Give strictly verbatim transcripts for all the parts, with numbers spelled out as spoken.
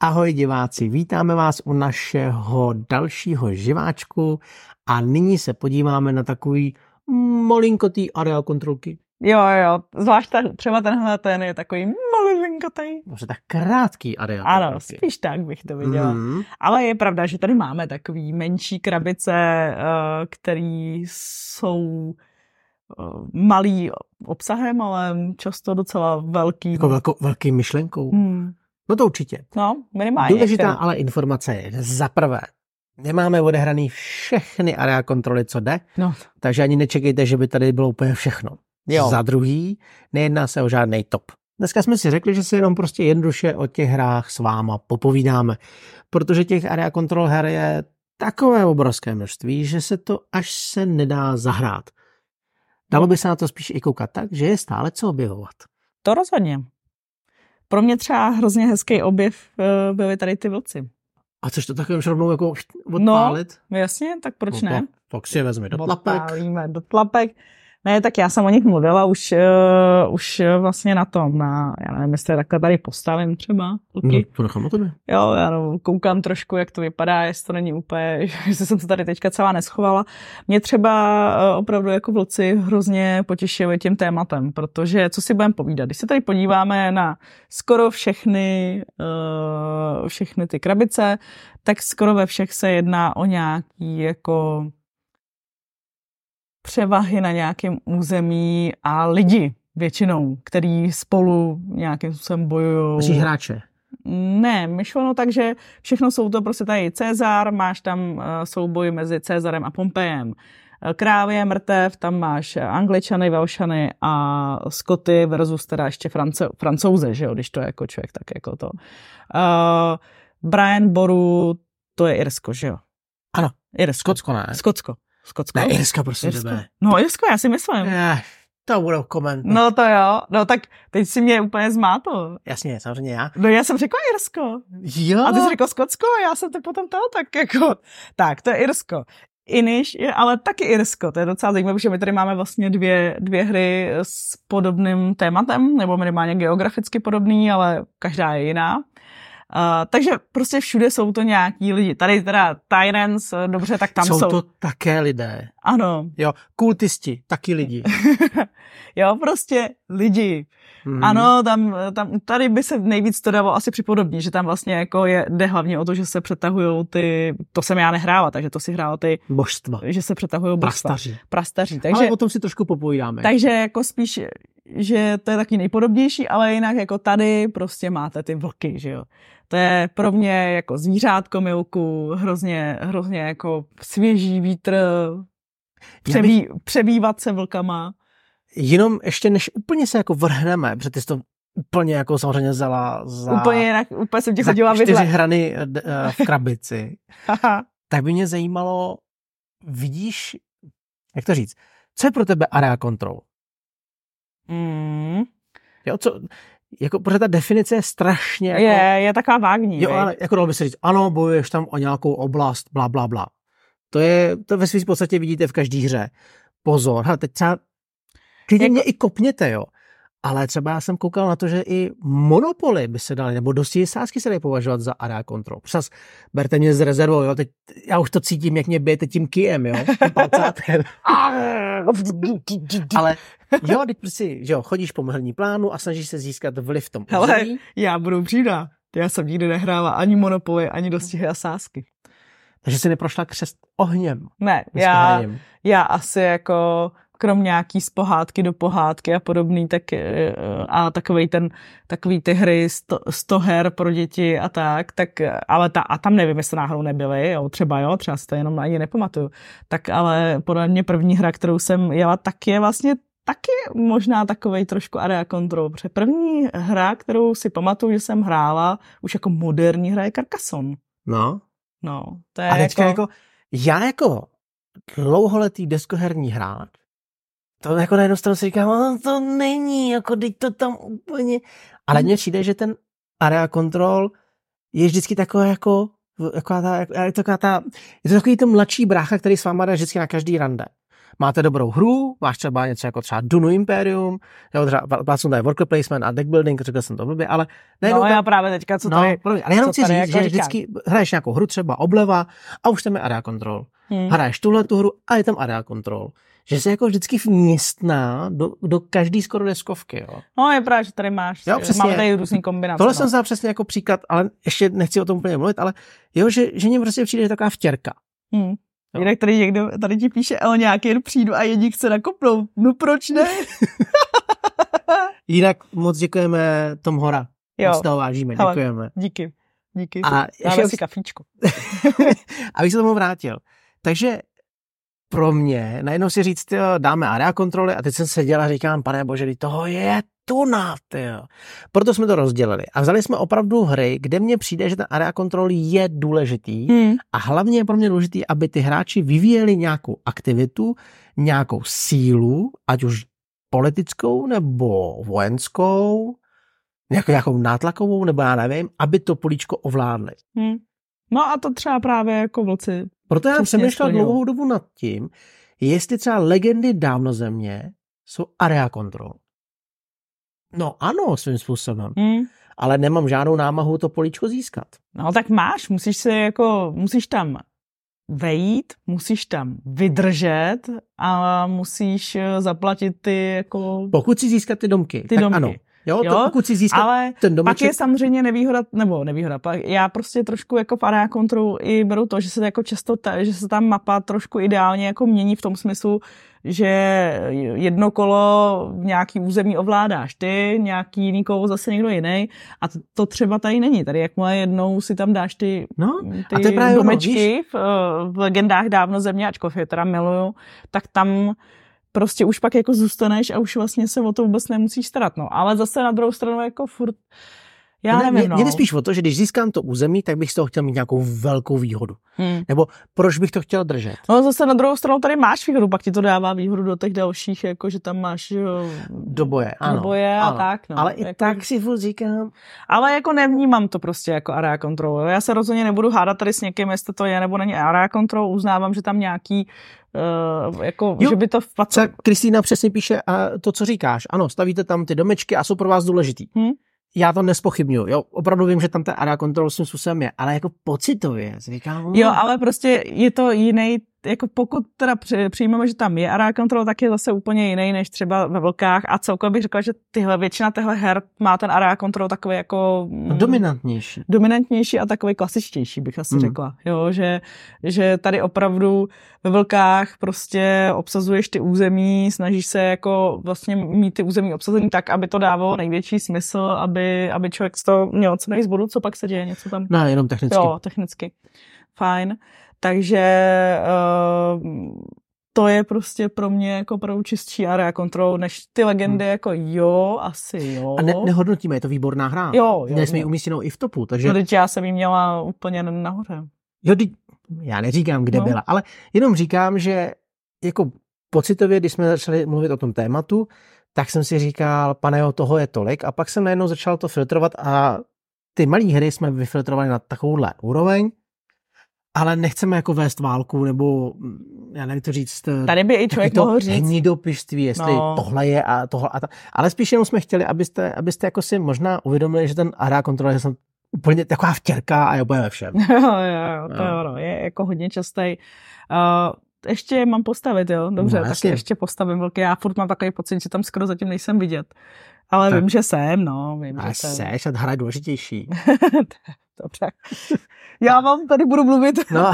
Ahoj diváci, vítáme vás u našeho dalšího živáčku a nyní se podíváme na takový malinkotý areál kontrolky. Jo, jo, zvlášť ta, třeba tenhle ten je takový malinkotý. Možná tak krátký areál Ano, kontrolky. spíš tak bych to viděla. Mm. Ale je pravda, že tady máme takový menší krabice, který jsou malý obsahem, ale často docela velký. Jako velko, velký myšlenkou. Hmm. No to určitě. No, minimálně. Důležitá ale informace je, za prvé, nemáme odehraný všechny areál kontroly, co jde, no. takže ani nečekejte, že by tady bylo úplně všechno. Jo. Za druhý, nejedná se o žádný top. Dneska jsme si řekli, že si jenom prostě jednoduše o těch hrách s váma popovídáme, protože těch areál kontrol her je takové obrovské množství, že se to až se nedá zahrát. Dalo by se na to spíš i koukat tak, že je stále co objevovat. To rozhodně. Pro mě třeba hrozně hezký objev byly tady ty vlci. A což to takovým šroubnou jako odpálit? No, jasně, tak proč no, ne? Tak si je vezmi do tlapek. Odpálíme do tlapek. Ne, tak já jsem o nich mluvila už, uh, už vlastně na tom, na, já nevím, jestli takhle tady postavím třeba. No, to nechám na tebe. Jo, já no, koukám trošku, jak to vypadá, jestli to není úplně, že jsem to tady teďka celá neschovala. Mě třeba uh, opravdu jako vlci hrozně potěšily tím tématem, protože co si budeme povídat, když se tady podíváme na skoro všechny, uh, všechny ty krabice, tak skoro ve všech se jedná o nějaký jako převahy na nějakém území a lidi většinou, který spolu nějakým způsobem bojují. Myslíš hráče? Ne, myšleno tak, že všechno jsou to prostě tady Cezar, máš tam souboj mezi Cezarem a Pompejem. Král je mrtev, tam máš Angličany, Velšany a Skoty versus teda ještě France, Francouze, že jo, když to je jako člověk, tak jako to. Uh, Brian Boru, to je Irsko, že jo? Ano, Irsko. Skotsko ne? Skotsko. Skotsko. Ne, Irska, prosím Irsko. tebe. No, Irsko, já si myslím. Je, to budou komenty. No to jo, no tak teď si mě úplně zmátl. Jasně, samozřejmě já. No já jsem řekla Irsko. Jo. A ty jsi řekl Skotsko a já jsem to potom to tak jako, tak to je Irsko. Inish je ale taky Irsko, to je docela zajímavé, že my tady máme vlastně dvě, dvě hry s podobným tématem, nebo minimálně geograficky podobný, ale každá je jiná. Uh, takže prostě všude jsou to nějaký lidi. Tady teda Tyrants, dobře, tak tam jsou. Jsou to také lidé. Ano. Jo, kultisti, taky lidi. Jo, prostě lidi. Hmm. Ano, tam, tam, tady by se nejvíc to dalo asi připodobnit, že tam vlastně jako je, jde hlavně o to, že se přetahujou ty, to jsem já nehrála, takže to si hrála ty božstva. Že se přetahujou božstva. Prastaři. Prastaři. Takže, ale o tom si trošku popovídáme. Takže jako spíš, že to je taky nejpodobnější, ale jinak jako tady prostě máte ty vlky, že jo. To je pro mě jako zvířátko milku, hrozně, hrozně jako svěží vítr, přebý, bych... přebývat se vlkama. Jenom ještě než úplně se jako vrhneme, protože ty jsi to úplně jako samozřejmě vzala za... Úplně jinak, úplně jsem ti chodila vidle. Za čtyři hrany v krabici. Tak by mě zajímalo, vidíš, jak to říct, co je pro tebe area control? Mm. Jo, co... Jako, protože ta definice je strašně jako... Je, je taková vágní. Jo, ale jako dalo by se říct, ano, bojuješ tam o nějakou oblast, bla, bla, bla. To je, to ve svým podstatě vidíte v každé hře. Pozor, hele, teď třeba, klidně jako... mě i kopněte, jo. Ale třeba já jsem koukal na to, že i Monopoly by se daly, nebo dosti sázky se dají považovat za area control. Přes, berte mě z rezervou, jo, teď já už to cítím, jak mě bijete tím kijem, jo, ale jo, teď prostě, že jo, chodíš po mrhní plánu a snažíš se získat vliv v tom území. Hele, já budu přijda. Já jsem nikdy nehrála ani Monopoly, ani dostihy a sázky. Takže jsi neprošla křest ohněm. Ne, já, já asi jako... krom nějaký z pohádky do pohádky a podobný, tak a takovej ten, takový ty hry, sto, sto her pro děti a tak, tak ale ta, a tam nevím, jestli náhodou nebyly, jo, třeba jo, třeba si to jenom ani nepamatuju, tak ale podle mě první hra, kterou jsem jela, tak je vlastně taky možná takovej trošku area control, protože první hra, kterou si pamatuju, že jsem hrála, už jako moderní hra je Carcassonne. No. No, to je a teďka jako... jako, já jako dlouholetý deskoherní hráč, to jako na jednu stranu si říkám, no, to není, jako teď to tam úplně... Ale mně přijde, že ten area control je vždycky takové jako, jako ta, je, to ta, je to takový ten mladší brácha, který s váma jde vždycky na každý rande. máte dobrou hru, máš třeba něco jako třeba Dunu Imperium, jo, třeba vlastně tady worker placement a deck building, řekl jsem to blbě, ale... No já právě teďka, co tady... No, ale jenom chci říct, jako že říkám. vždycky hraješ nějakou hru, třeba Obleva a už tam je area control. Hmm. Hraješ tuhle tu hru a je tam area control. Že se jako vždycky vměstná do, do každý skoro deskovky, jo. No je právě, že tady máš, jo, přesně, máme tady různý kombinace. Tohle no. jsem vzal přesně jako příklad, ale ještě nechci o tom úplně mluvit, ale jo, že, že mně prostě přijde taková vtěrka. Hmm. Jinak tady někdo, tady ti píše, ale nějaký jen přijdu a jedni chce nakopnout. No proč ne? Jinak moc děkujeme Tom Hora. Jo. Moc toho vážíme, Hele, děkujeme. Díky, díky. A dáme si kafíčko. Abych se tomu vrátil. Takže pro mě, najednou si říct, tyjo, dáme area kontroly a teď jsem seděl a říkám, pane bože, toho je tuna, tyjo. Proto jsme to rozdělili a vzali jsme opravdu hry, kde mně přijde, že ten area control je důležitý hmm. a hlavně je pro mě důležitý, aby ty hráči vyvíjeli nějakou aktivitu, nějakou sílu, ať už politickou nebo vojenskou, nějakou, nějakou nátlakovou, nebo já nevím, aby to políčko ovládli. Hmm. No a to třeba právě jako vlci. Proto já přemýšlel dlouhou dobu nad tím, jestli třeba legendy dávnozemě jsou area control. No ano, svým způsobem. Hmm. Ale nemám žádnou námahu to políčko získat. No tak máš, musíš se jako, musíš tam vejít, musíš tam vydržet a musíš zaplatit ty jako... Pokud si získat ty domky, ty tak domky. Ano. Jo, jo? To, pokud si získat ale ten domeček... pak je samozřejmě nevýhoda, nebo nevýhoda, pak já prostě trošku jako v area controlu i beru to, že se jako často, ta, že se tam mapa trošku ideálně jako mění v tom smyslu, že jedno kolo v nějaký území ovládáš ty, nějaký jiný kolo zase někdo jiný a to, to třeba tady není. Tady jakmile jednou si tam dáš ty, no, ty a to je právě domečky v, v legendách dávno země, ačkoliv je teda miluju, tak tam prostě už pak jako zůstaneš a už vlastně se o to vůbec nemusíš starat. No. Ale zase na druhou stranu jako furt, já ne, nevím, no. Mě jde spíš o to, že když získám to území, tak bych z toho chtěl mít nějakou velkou výhodu. Hmm. Nebo proč bych to chtěl držet? No zase na druhou stranu tady máš výhodu, pak ti to dává výhodu do těch dalších, jako že tam máš jo, do boje, ano. Do boje ano. a tak. No. Ale i jako, tak si furt říkám. Ale jako nevnímám to prostě jako area control. Já se rozhodně nebudu hádat tady s někým, jestli to je nebo není area control. Uznávám, že tam nějaký Uh, jako, jo, že by to vpatř... Kristýna přesně píše a to, co říkáš. Ano, stavíte tam ty domečky a jsou pro vás důležitý. Hmm? Já to nespochybnuju. Jo, opravdu vím, že tam ta area control svým způsobem je, ale jako pocitově říkám. Jo, ale prostě je to jiný, jako pokud teda přijmeme, že tam je area control, tak je zase úplně jiný než třeba ve Vlkách a celkově bych řekla, že tyhle, většina těchto her má ten area control takový jako... No, dominantnější. Dominantnější a takový klasičtější, bych asi mm. řekla. Jo, že, že tady opravdu ve Vlkách prostě obsazuješ ty území, snažíš se jako vlastně mít ty území obsazení tak, aby to dávalo největší smysl, aby, aby člověk z toho měl co nejvíc bodu, co pak se děje, něco tam... No, jenom technicky. Jo, technicky. Fajn. Takže uh, to je prostě pro mě jako opravdu čistší area control, než ty legendy hmm. jako jo, asi jo. A ne, nehodnotíme, je to výborná hra. Jo, jo. Měli jsme ji umístěnou i v topu, takže... No teď já jsem ji měla úplně nahoře. Jo, teď, já neříkám, kde no. byla, ale jenom říkám, že jako pocitově, když jsme začali mluvit o tom tématu, tak jsem si říkal, pane jo, toho je tolik a pak jsem najednou začal to filtrovat a ty malé hry jsme vyfiltrovali na takovouhle úroveň, ale nechceme jako vést válku, nebo já nevím to říct. Tady by i člověk mohl říct. Hnidopištví, jestli no. tohle je a tohle a ta. Ale spíš jenom jsme chtěli, abyste, abyste jako si možná uvědomili, že ten area control je úplně taková vtěrka a je úplně ve všem. Jo, jo, to jo. Jo, je jako hodně častý. Uh, ještě mám postavit, jo? Dobře, no, tak ještě postavím velký. Já furt mám takový pocit, že tam skoro zatím nejsem vidět. Ale tak. Vím, že jsem, no. Vím, a že jsem. Seš, a hra je důležitější. Dobře. Já vám tady budu mluvit. No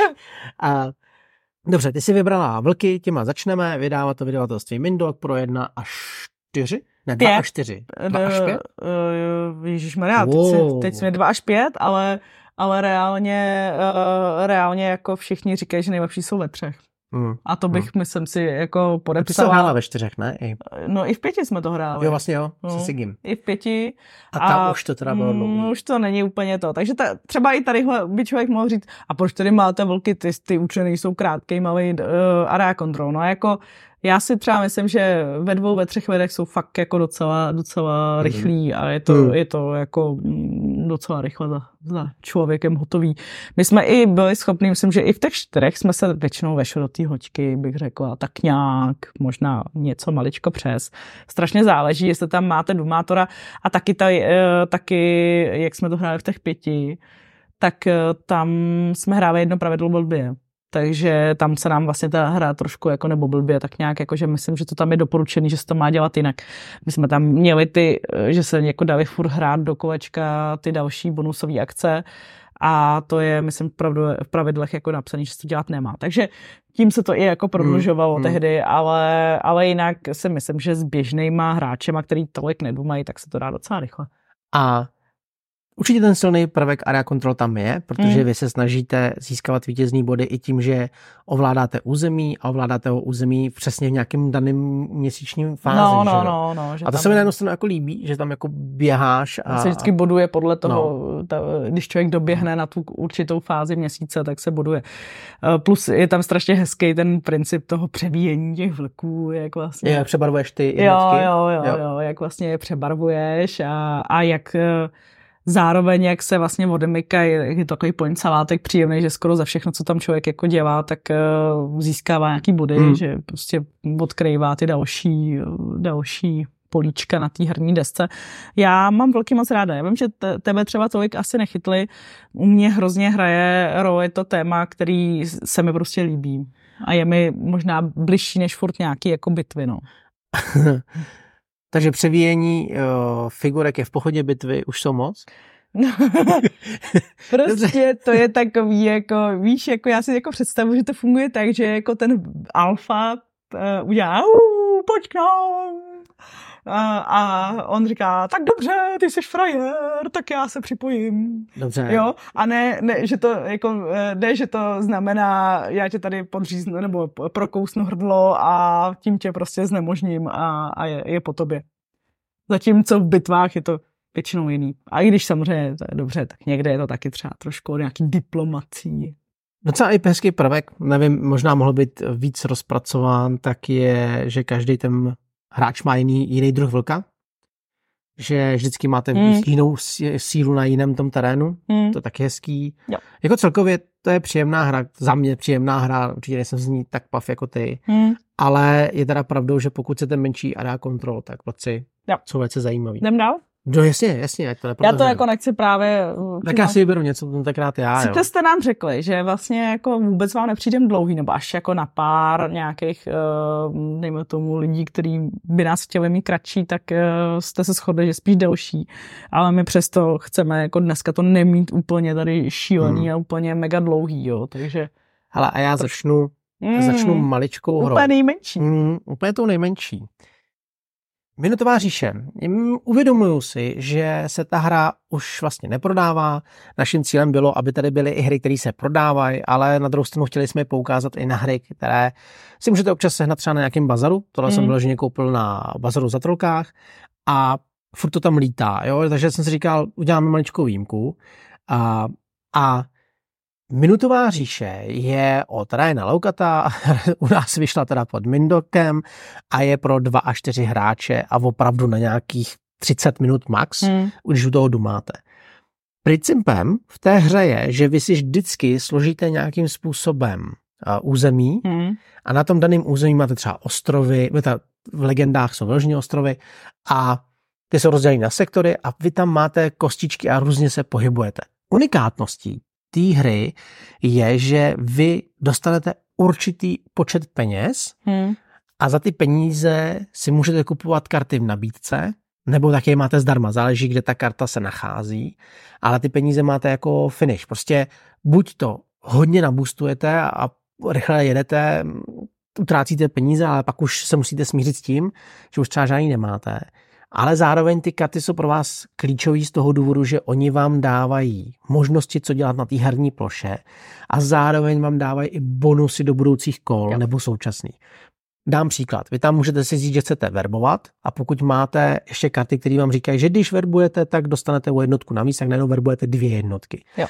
a dobře, ty jsi vybrala vlky, těma začneme, vydávat to vydavatelství Mindog pro jedna až čtyři? Ne, dva až čtyři. Dva až pět? Uh, Ježišmarja, wow. teď jsme dva až pět, ale, ale reálně, uh, reálně jako všichni říkají, že nejlepší jsou ve třech. Hmm. A to bych, hmm. myslím si, jako podepsala. Ty jsi hrála ve čtyřech, ne? I... No i v pěti jsme to hráli. Jo, vlastně jo, no, se Sigim. I v pěti. A tam a, už to teda bylo dlouhý. Mm, už to není úplně to. Takže ta, třeba i tadyhle by člověk mohl říct, a proč tady máte vlky, ty, ty učeny jsou krátkej, malý uh, area control. No jako já si třeba myslím, že ve dvou, ve třech vedech jsou fakt jako docela, docela rychlí a je to, hmm. je to jako docela rychle za, za člověkem hotový. My jsme i byli schopni, myslím, že i v těch čtyřech jsme se většinou vešli do té hoďky, bych řekla, tak nějak, možná něco maličko přes. Strašně záleží, jestli tam máte dumátora a taky, ta, taky jak jsme to hráli v těch pěti, tak tam jsme hráli jedno pravidlo blbě. Takže tam se nám vlastně ta hra trošku jako nebo blbě, tak nějak jako, že myslím, že to tam je doporučený, že se to má dělat jinak. My jsme tam měli ty, že se jako dali furt hrát do kolečka ty další bonusové akce a to je, myslím, v pravidlech jako napsaný, že se to dělat nemá. Takže tím se to i jako prodlužovalo hmm, tehdy, hmm. Ale, ale jinak si myslím, že s běžnýma hráčema, který tolik nedumají, tak se to dá docela rychle. A určitě ten silný prvek area control tam je, protože mm. vy se snažíte získávat vítězný body i tím, že ovládáte území a ovládáte ho území přesně v nějakém daném měsíčním fázi. No, no, no, no, a to se mi najednou stranu jako líbí, že tam jako běháš. A se vždycky boduje podle toho, no. ta, když člověk doběhne na tu určitou fázi měsíce, tak se boduje. Plus je tam strašně hezký ten princip toho přebíjení těch vlků, jak vlastně... Jak přebarvuješ ty jednotky. Jo, jo, jo, jo, jo, jak vlastně je přebarvuješ a, a jak... Zároveň, jak se vlastně odemykají, je to takový point salátek příjemný, že skoro za všechno, co tam člověk jako dělá, tak uh, získává nějaký body, hmm. že prostě odkrývá ty další, další políčka na té herní desce. Já mám velký moc ráda. Já vím, že te, tebe třeba tolik asi nechytli. U mě hrozně hraje roli to téma, který se mi prostě líbí. A je mi možná bližší než furt nějaký jako bitvy, no. Takže převíjení uh, figurek je v pochodě bitvy už jsou moc? Prostě to je takový, jako, víš, jako já si jako představuji, že to funguje tak, že jako ten alfa uh, udělá pojď k nám. A, a on říká, tak dobře, ty jsi frajer, tak já se připojím. Dobře. Jo? A ne, ne, že to, jako, ne, že to znamená, já tě tady podříznu nebo prokousnu hrdlo a tím tě prostě znemožním a, a je, je po tobě. Zatímco v bitvách je to většinou jiný. A i když samozřejmě to je dobře, tak někde je to taky třeba trošku nějaký diplomací. Docela i hezký prvek, nevím, možná mohl být víc rozpracován, tak je, že každý ten hráč má jiný, jiný druh vlka, že vždycky máte hmm. jinou sílu na jiném tom terénu, hmm. to je taky hezký. Jo. Jako celkově to je příjemná hra, za mě příjemná hra, určitě nejsem z ní tak pav jako ty, hmm. ale je teda pravdou, že pokud chcete menší area control, tak vlci jsou velice zajímavý. Jdem dál? No jasně, jasně. Ať to já to jako nechci právě... Tak já si vyberu něco tentokrát já, jo. Jste nám řekli, že vlastně jako vůbec vám nepřijdem dlouhý, nebo až jako na pár nějakých, uh, dejme tomu, lidí, kteří by nás chtěli mít kratší, tak uh, jste se shodli, že spíš delší. Ale my přesto chceme jako dneska to nemít úplně tady šílený hmm. a úplně mega dlouhý, jo, takže... Hele, a já začnu, mm, začnu maličkou hrou. Úplně nejmenší. Mm, úplně tou nejmenší. Minutová říše. Uvědomuju si, že se ta hra už vlastně neprodává. Naším cílem bylo, aby tady byly i hry, které se prodávají, ale na druhou stranu chtěli jsme je poukázat i na hry, které si můžete občas sehnat třeba na nějakém bazaru. Tohle mm. jsem vyloženě koupil na bazaru za Trolkách a furt to tam lítá. Jo? Takže jsem si říkal, uděláme maličkou výjimku. A, a Minutová říše je od Ryana Laukata, u nás vyšla teda pod Mindokem a je pro dva až čtyři hráče a opravdu na nějakých třicet minut max, hmm. když u toho dumáte. Principem v té hře je, že vy si vždycky složíte nějakým způsobem uh, území hmm. a na tom daném území máte třeba ostrovy, v legendách jsou vyloženě ostrovy a ty jsou rozděleny na sektory a vy tam máte kostičky a různě se pohybujete. Unikátností té hry je, že vy dostanete určitý počet peněz hmm. a za ty peníze si můžete kupovat karty v nabídce, nebo taky máte zdarma, záleží, kde ta karta se nachází, ale ty peníze máte jako finish. Prostě buď to hodně nabustujete a rychle jedete, utrácíte peníze, ale pak už se musíte smířit s tím, že už třeba žádný nemáte. Ale zároveň ty karty jsou pro vás klíčový z toho důvodu, že oni vám dávají možnosti, co dělat na té herní ploše a zároveň vám dávají i bonusy do budoucích kol jo. nebo současných. Dám příklad. Vy tam můžete si říct, že chcete verbovat a pokud máte ještě karty, které vám říkají, že když verbujete, tak dostanete o jednotku navíc, tak najednou verbujete dvě jednotky. Jo.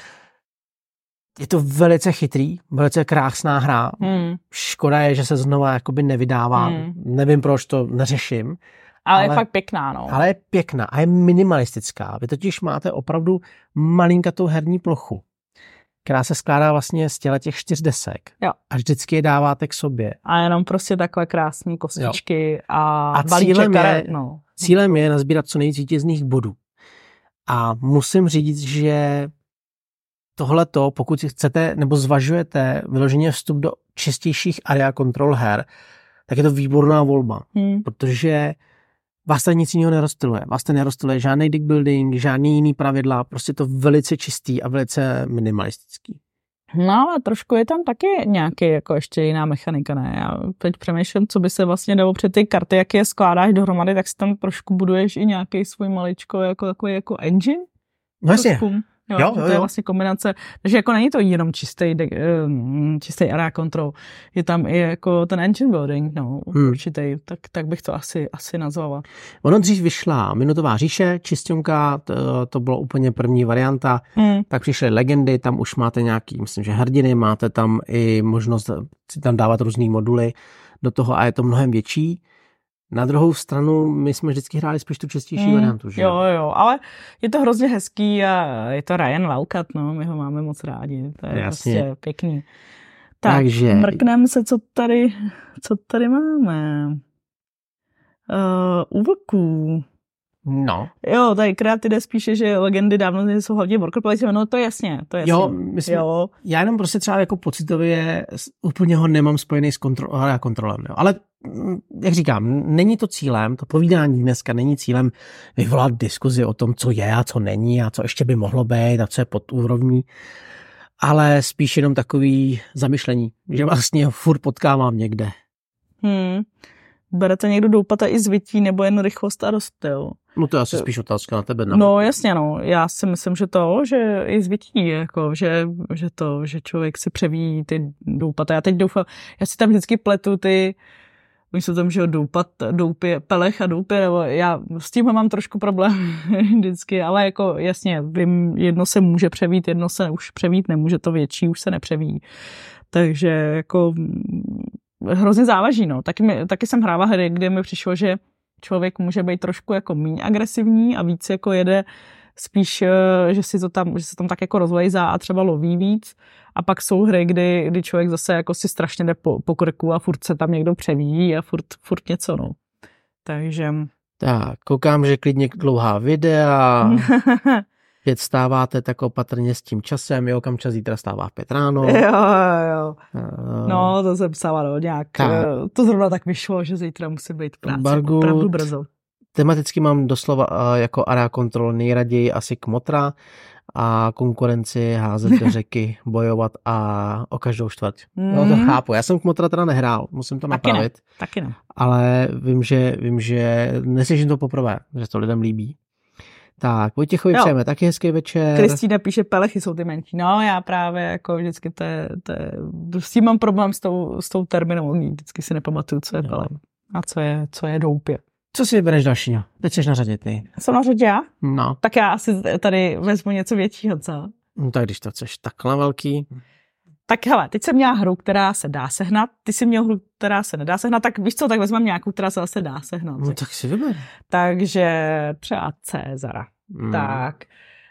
Je to velice chytrý, velice krásná hra. Hmm. Škoda je, že se znova jakoby nevydává. Hmm. Nevím, proč to neřeším. Ale, ale je fakt pěkná, no. Ale je pěkná a je minimalistická. Vy totiž máte opravdu malinkatou herní plochu, která se skládá vlastně z těle těch čtyř desek. Jo. A vždycky je dáváte k sobě. A jenom prostě takové krásné kostičky jo. a, a balíček cílem karet. Je, no. cílem je nazbírat co nejvíc vítězných bodů. A musím říct, že tohleto, pokud chcete nebo zvažujete vyloženě vstup do čistějších area control her, tak je to výborná volba, hmm. protože vás tady nic jiného nerozstyluje. Vás tady nerozstyluje žádný deck building, žádný jiný pravidla, prostě to velice čistý a velice minimalistický. No ale trošku je tam taky nějaký jako ještě jiná mechanika, ne? Já teď přemýšlím, co by se vlastně dalo před ty karty, jak je skládáš dohromady, tak si tam trošku buduješ i nějaký svůj maličko jako takový jako engine. No jasně. Jo, jo, to jo, je jo. vlastně kombinace, takže jako není to jenom čistý, čistý area control, je tam i jako ten engine building, no, hmm. určitý, tak, tak bych to asi, asi nazvala. Ono dřív vyšla Minutová říše, čistionka, to, to bylo úplně první varianta, hmm. tak přišly legendy, tam už máte nějaký, myslím, že hrdiny, máte tam i možnost si tam dávat různý moduly do toho a je to mnohem větší. Na druhou stranu, my jsme vždycky hráli spíš tu čistější mm, variantu, že? Jo, jo, ale je to hrozně hezký a je to Ryan Laukat, no, my ho máme moc rádi, to je Jasně. prostě pěkný. Tak, Takže... mrkneme se, co tady, co tady máme. Uh, u vlků. No. Jo, tady kreativně spíše, že legendy dávno jsou hlavně worker placement, no to je jasně, to je jasně. Jo, my jsme, jo, já jenom prostě třeba jako pocitově úplně ho nemám spojený s kontrol, a kontrolem, jo. Ale jak říkám, není to cílem, to povídání dneska není cílem vyvolat diskuzi o tom, co je a co není a co ještě by mohlo být a co je pod úrovní, ale spíš jenom takový zamyšlení, že vlastně furt potkávám někde. Hmm. Berete někdo doupata i zvití nebo jen rychlost a rozptyl? No to je asi spíš otázka na tebe. No, no jasně, no. Já si myslím, že to, že i zvití, jako, že, že to, že člověk si převíjí ty doupata. Já teď doufám, já si tam vždycky pletu ty, myslím tam, že doupat, doupě, pelech a doupě, nebo já s tím mám trošku problém vždycky, ale jako jasně, vím, jedno se může převít, jedno se už převít nemůže, to větší už se nepřeví. Takže jako hrozně závaží, no. Taky, mi, taky jsem hrávala hry, kde mi přišlo, že člověk může být trošku jako méně agresivní a víc jako jede spíš, že si to tam, že se tam tak jako rozlejzá a třeba loví víc. A pak jsou hry, kdy, kdy člověk zase jako si strašně jde po, po krku a furt se tam někdo převíjí a furt, furt něco, no. Takže... Tak, koukám, že klidně dlouhá videa. Pět stáváte tak opatrně s tím časem, jo, kam čas zítra stává v pět ráno. Jo, jo. Uh, no, to jsem psala, no, nějak. Tak. To zrovna tak vyšlo, že zítra musí být v práci. Bargu, opravdu brzo. Tematicky mám doslova uh, jako area control nejraději asi kmotra a konkurenci házet do řeky, bojovat a o každou čtvrť. Mm. No to chápu. Já jsem kmotra teda nehrál, musím to taky napravit. Ne, taky ne. Ale vím, že, vím, že neslyším to poprvé, že to lidem líbí. Tak, Vojtěchovi přejeme taky hezký večer. Kristýna píše, pelechy jsou ty menší. No, já právě jako vždycky to je, to je, s tím mám problém s tou, s tou terminologií. Vždycky si nepamatuju, co je no. pelech a co je, co je doupě. Co si vybereš dalšího? Teď jsi na řadě ty. Jsem na řadě já? No. Tak já asi tady vezmu něco většího, co? No tak když to chceš takhle velký. Tak hele, teď jsem měla hru, která se dá sehnat, ty jsi měl hru, která se nedá sehnat, tak víš co, tak vezmeme nějakou, která se zase dá sehnat. No tak si vyber. Takže třeba Cezara. Hmm. Tak.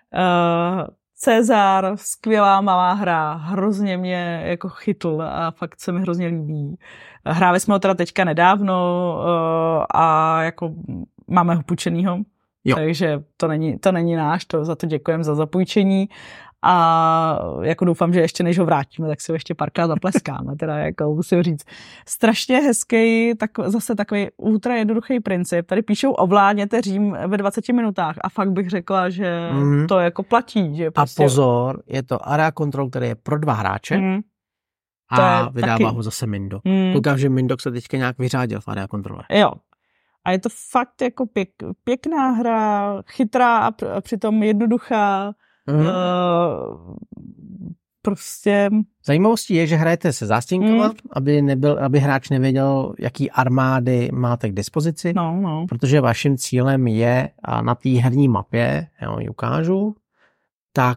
Uh, Cezar, skvělá malá hra, hrozně mě jako chytl a fakt se mi hrozně líbí. Hráli jsme ho teda teďka nedávno uh, a jako máme ho půjčenýho, jo. Takže to není, to není náš, to za to děkujeme za zapůjčení. A jako doufám, že ještě než ho vrátíme, tak si ho ještě párkrát zapleskáme, teda jako musím říct. Strašně hezký, tak zase takový ultra jednoduchý princip. Tady píšou ovládněte Řím ve dvaceti minutách a fakt bych řekla, že mm. to jako platí. Že prostě... A pozor, je to area control, který je pro dva hráče mm. a vydává taky. Ho zase Mindo. Mm. Koukám, že Mindok se teďka nějak vyřádil v area controle. Jo. A je to fakt jako pěk, pěkná hra, chytrá a přitom jednoduchá. Mm. Uh, prostě... Zajímavostí je, že hrajete se zástěnkama, mm. aby, nebyl, aby hráč nevěděl, jaký armády máte k dispozici, no, no. Protože vaším cílem je a na té herní mapě, já vám ji ukážu, tak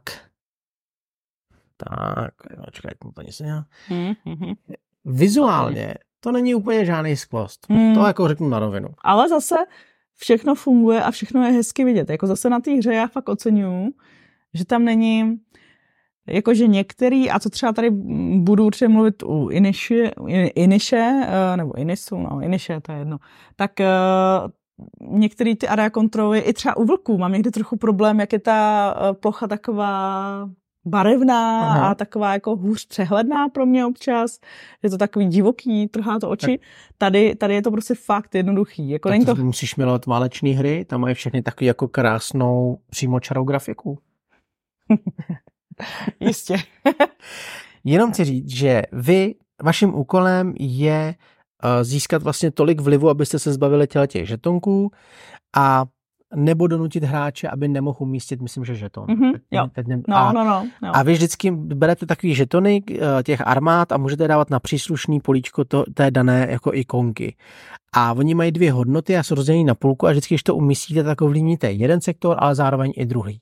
tak, čekaj, to nic ne. Mm-hmm. Vizuálně to není úplně žádný skvost. Mm. To jako řeknu na rovinu. Ale zase všechno funguje a všechno je hezky vidět. Jako zase na té hře já fakt oceňuju, že tam není jakože některý, a co třeba tady budu určitě mluvit u Iniše, Iniše nebo Inisu, no Iniše, to je jedno, tak některé ty area kontroly, i třeba u vlků, mám někdy trochu problém, jak je ta plocha taková barevná Aha. a taková jako hůř přehledná pro mě občas. Je to takový divoký, trhá to oči. Tak. Tady, tady je to prostě fakt jednoduchý. Jako tak to, to musíš milovat váleční hry, tam mají všechny takový jako krásnou přímočarou grafiku. Jistě. Jenom chci říct, že vy, vaším úkolem je získat vlastně tolik vlivu, abyste se zbavili těch žetonků a nebo donutit hráče, aby nemohl umístit, myslím, že žeton. Mm-hmm, teď, jo. Teď ne... no, a, no, no, no. a vy vždycky berete takový žetony těch armád a můžete dávat na příslušný políčko to, té dané jako ikonky. A oni mají dvě hodnoty a jsou rozdělení na půlku a vždycky, když to umístíte, tak ovlivníte jeden sektor, ale zároveň i druhý.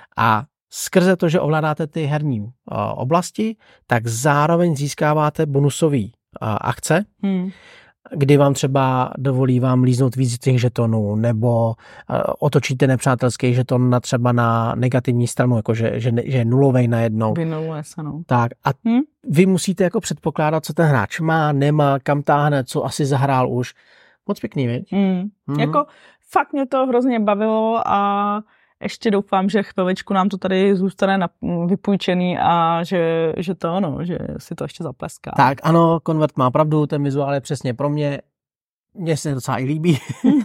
A skrze to, že ovládáte ty herní uh, oblasti, tak zároveň získáváte bonusové uh, akce, hmm. kdy vám třeba dovolí vám líznout víc těch žetonů, nebo uh, otočíte nepřátelský žeton na třeba na negativní stranu, jakože že, že je nulovej najednou. Vynuluje se, no. Tak a hmm? vy musíte jako předpokládat, co ten hráč má, nemá, kam táhne, co asi zahrál už. Moc pěkný, viď? Hmm. Hmm. Jako fakt mě to hrozně bavilo a ještě doufám, že chviličku nám to tady zůstane na, vypůjčený a že, že to ono, že si to ještě zapleská. Tak ano, Konvert má pravdu, ten vizuál je přesně pro mě. Mně se docela i líbí.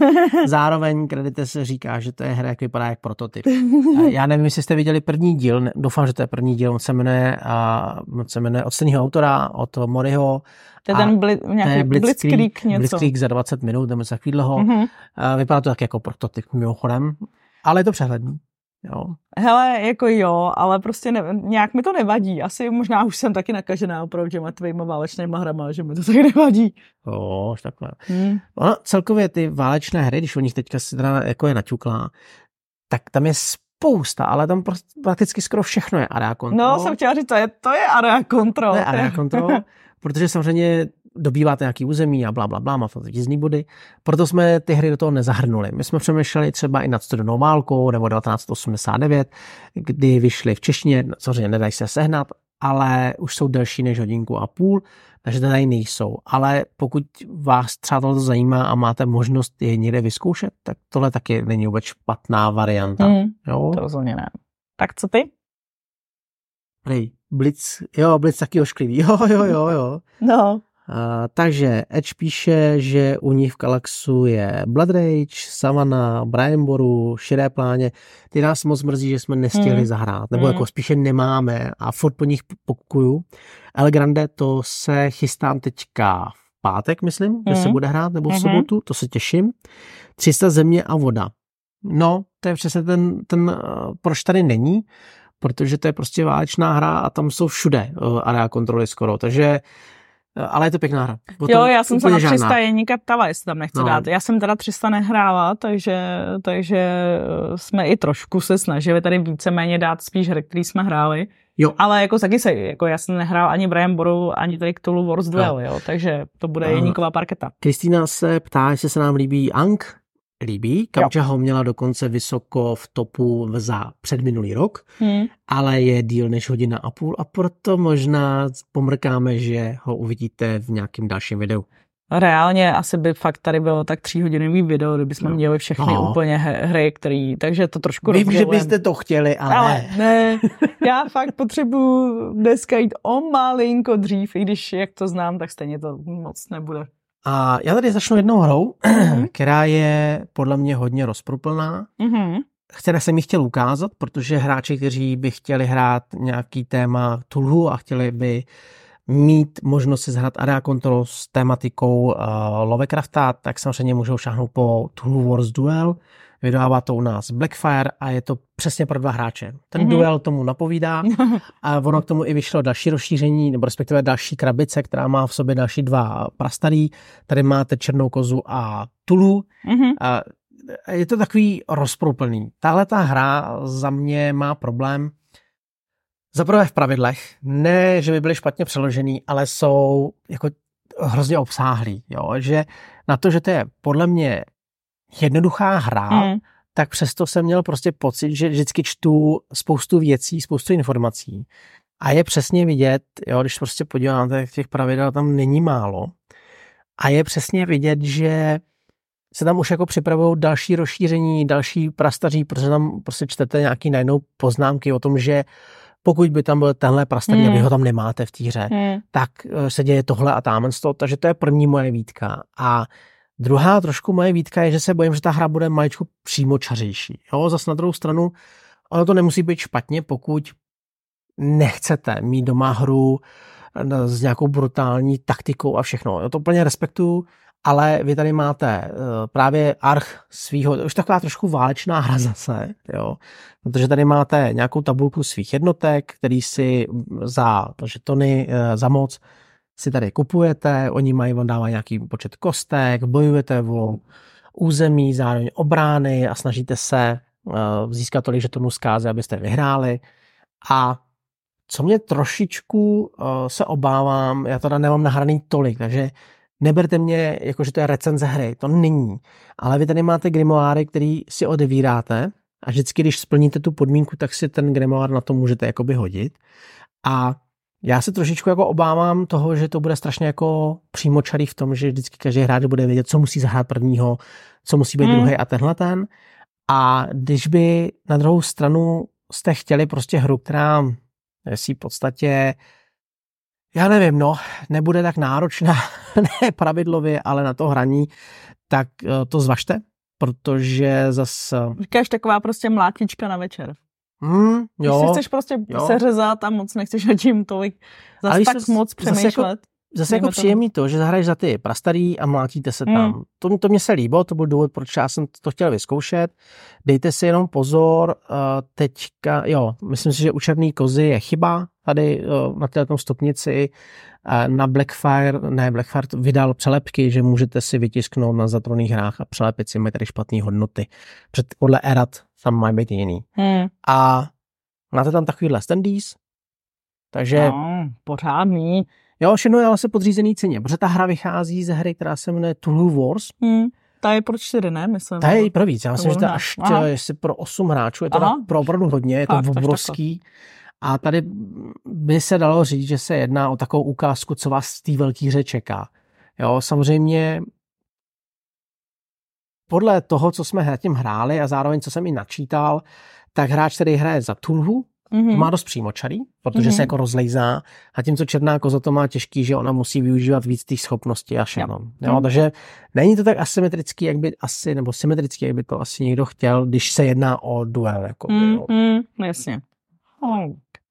Zároveň Credites se říká, že to je hra, jak vypadá jak prototyp. Já nevím, jestli jste viděli první díl, doufám, že to je první díl, on se jmenuje, uh, se jmenuje od stejného autora, od Moriho. To je ten bli, nějaký Blitzkrieg něco. Blitzkrieg za dvacet minut, nebo za chvíli dlouho. Mm-hmm. Uh, vypadá to tak jako prototyp mimochodem. Ale je to přehledný. Jo. Hele, jako jo, ale prostě ne, nějak mi to nevadí. Asi možná už jsem taky nakažená opravdu těma tvýma válečnýma hrama, že mi to taky nevadí. Jo, už takhle. Hmm. Ono, celkově ty válečné hry, když o nich teďka si teda jako je naťuklá, tak tam je spousta, ale tam prostě prakticky skoro všechno je area control. No, jsem chtěla říct, to je, to je area control. To je area control, protože samozřejmě dobýváte nějaký území a blá, blá, blá, má to vítězný body. Proto jsme ty hry do toho nezahrnuli. My jsme přemýšleli třeba i nad studenou válkou nebo devatenáct osmdesát devět, kdy vyšly v češtině, samozřejmě nedají se sehnat, ale už jsou delší než hodinku a půl, takže tady nejsou. Ale pokud vás třeba to zajímá a máte možnost je někde vyzkoušet, tak tohle taky není vůbec špatná varianta. Hmm, jo? To rozhodně ne. Tak co ty? Prej, Blitz, jo, Blitz taky ošklivý. Jo, jo, jo, jo. No. Uh, takže Edge píše, že u nich v Galaxu je Blood Rage, Savannah, Brianboru, Širé pláně. Ty nás moc mrzí, že jsme nestihli hmm. zahrát, nebo hmm. jako spíše nemáme a furt po nich pokuju. El Grande to se chystám teďka v pátek, myslím, hmm. že se bude hrát, nebo v sobotu, to se těším. tři sta země a voda. No, to je přesně ten, ten uh, proč tady není, protože to je prostě válečná hra a tam jsou všude uh, area kontroly skoro, takže ale je to pěkná hra. Jo, já jsem se na tři sta Jeníka ptala, jestli tam nechce no. dát. Já jsem teda tři sta nehrála, takže, takže jsme i trošku se snažili tady víceméně dát spíš hry, který jsme hráli. Jo. Ale jako taky se, jako já jsem nehrál ani Brianboru, ani tady Cthulhu Wars Duel, jo. jo, takže to bude uh, Jeníková parketa. Kristýna se ptá, jestli se nám líbí Ankh. Líbí. Kamča ho měla dokonce vysoko v topu za předminulý rok, hmm. ale je díl než hodina a půl a proto možná pomrkáme, že ho uvidíte v nějakém dalším videu. Reálně asi by fakt tady bylo tak tříhodinový video, kdyby jsme no. měli všechny no. úplně hry, který, takže to trošku Vím, že byste to chtěli, ale, ale ne. Já fakt potřebuji dneska jít o malinko dřív, i když jak to znám, tak stejně to moc nebude. A já tady začnu jednou hrou, mm-hmm. která je podle mě hodně rozproplná. Mm-hmm. Které jsem ji chtěl ukázat, protože hráči, kteří by chtěli hrát nějaký téma Cthulhu a chtěli by mít možnost si zhrát area control s tématikou uh, Lovecrafta, tak samozřejmě můžou šáhnout po Cthulhu Wars Duel. Vydává to u nás Blackfire a je to přesně pro dva hráče. Ten mm-hmm. duel tomu napovídá a ono k tomu i vyšlo další rozšíření, nebo respektive další krabice, která má v sobě další dva prastarý. Tady máte Černou kozu a Cthulhu. Mm-hmm. A je to takový rozproplný. Tahle ta hra za mě má problém zaprvé v pravidlech. Ne, že by byly špatně přeložený, ale jsou jako hrozně obsáhlý. Jo? Že na to, že to je podle mě jednoduchá hra, mm. tak přesto jsem měl prostě pocit, že vždycky čtu spoustu věcí, spoustu informací. A je přesně vidět, jo, když prostě podíváte, těch pravidel tam není málo. A je přesně vidět, že se tam už jako připravují další rozšíření, další prastaří, protože tam prostě čtete nějaký najednou poznámky o tom, že pokud by tam byl tenhle prastarý mm. a vy ho tam nemáte v té hře, mm. tak se děje tohle a támen z toho. Takže to je první moje výtka. A druhá trošku moje výtka je, že se bojím, že ta hra bude maličko přímočařejší. Jo, zas na druhou stranu, ono to nemusí být špatně, pokud nechcete mít doma hru s nějakou brutální taktikou a všechno. Já to úplně respektuju, ale vy tady máte uh, právě arch svýho, už taková trošku válečná hra zase, jo, protože tady máte nějakou tabulku svých jednotek, který si za žetony, uh, za moc si tady kupujete, oni mají, on dává nějaký počet kostek, bojujete o území, zároveň o brány a snažíte se uh, získat tolik žetonů zkázy, abyste vyhráli. A co mě trošičku uh, se obávám, já teda nemám nahraný tolik, takže neberte mě, jako že to je recenze hry, to není. Ale vy tady máte grimoáry, který si odevíráte a vždycky, když splníte tu podmínku, tak si ten grimoár na to můžete jakoby hodit. A já se trošičku jako obávám toho, že to bude strašně jako přímočarý v tom, že vždycky každý hráč bude vědět, co musí zahrát prvního, co musí být hmm. druhý a tenhle ten. A když by na druhou stranu jste chtěli prostě hru, která jestli v podstatě já nevím, no, nebude tak náročná, ne pravidlově, ale na to hraní, tak to zvažte, protože zase... Říkáš taková prostě mlátička na večer. Mm, jo, Když si chceš prostě jo. seřezat a moc nechceš o tím tolik zase tak moc přemýšlet. Zase jako, zase jako příjemný to, že zahraješ za ty prastarý a mlátíte se tam. Mm. To, to mě se líbilo, to byl důvod, proč já jsem to chtěl vyzkoušet. Dejte si jenom pozor, teďka, jo, myslím si, že u Černý kozy je chyba, tady na této stupnici na Blackfire, ne Blackfire vydal přelepky, že můžete si vytisknout na zatrovných hrách a přelepit si mají tady špatné hodnoty. Před, podle erat tam mají být jiný. Hmm. A máte tam takovýhle standees, takže... No, pořádný. Jo, všechno je ale se podřízený ceně, protože ta hra vychází ze hry, která se jmenuje Cthulhu Wars. Hmm. Ta je pro čtyři, ne? Myslím. Ta je pro víc, já myslím, že to až tě, jestli pro osm hráčů, je to Aha. pro opravdu hodně, je to tak, obrovský. Tak, tak, tak. A tady by se dalo říct, že se jedná o takovou ukázku, co vás z té velké hře čeká. Jo, samozřejmě podle toho, co jsme tím hráli a zároveň, co jsem i načítal, tak hráč, který hraje za Cthulhu, mm-hmm. to má dost přímočarý, protože mm-hmm. se jako rozlejzá a tím, co Černá koza to má těžký, že ona musí využívat víc těch schopností a všechno. Jo. Jo, mm-hmm. Takže není to tak asymetrický, jak by asi, nebo symetrický, jak by to asi někdo chtěl, když se jedná o duel. Jako, mm-hmm. Jasně. Oh.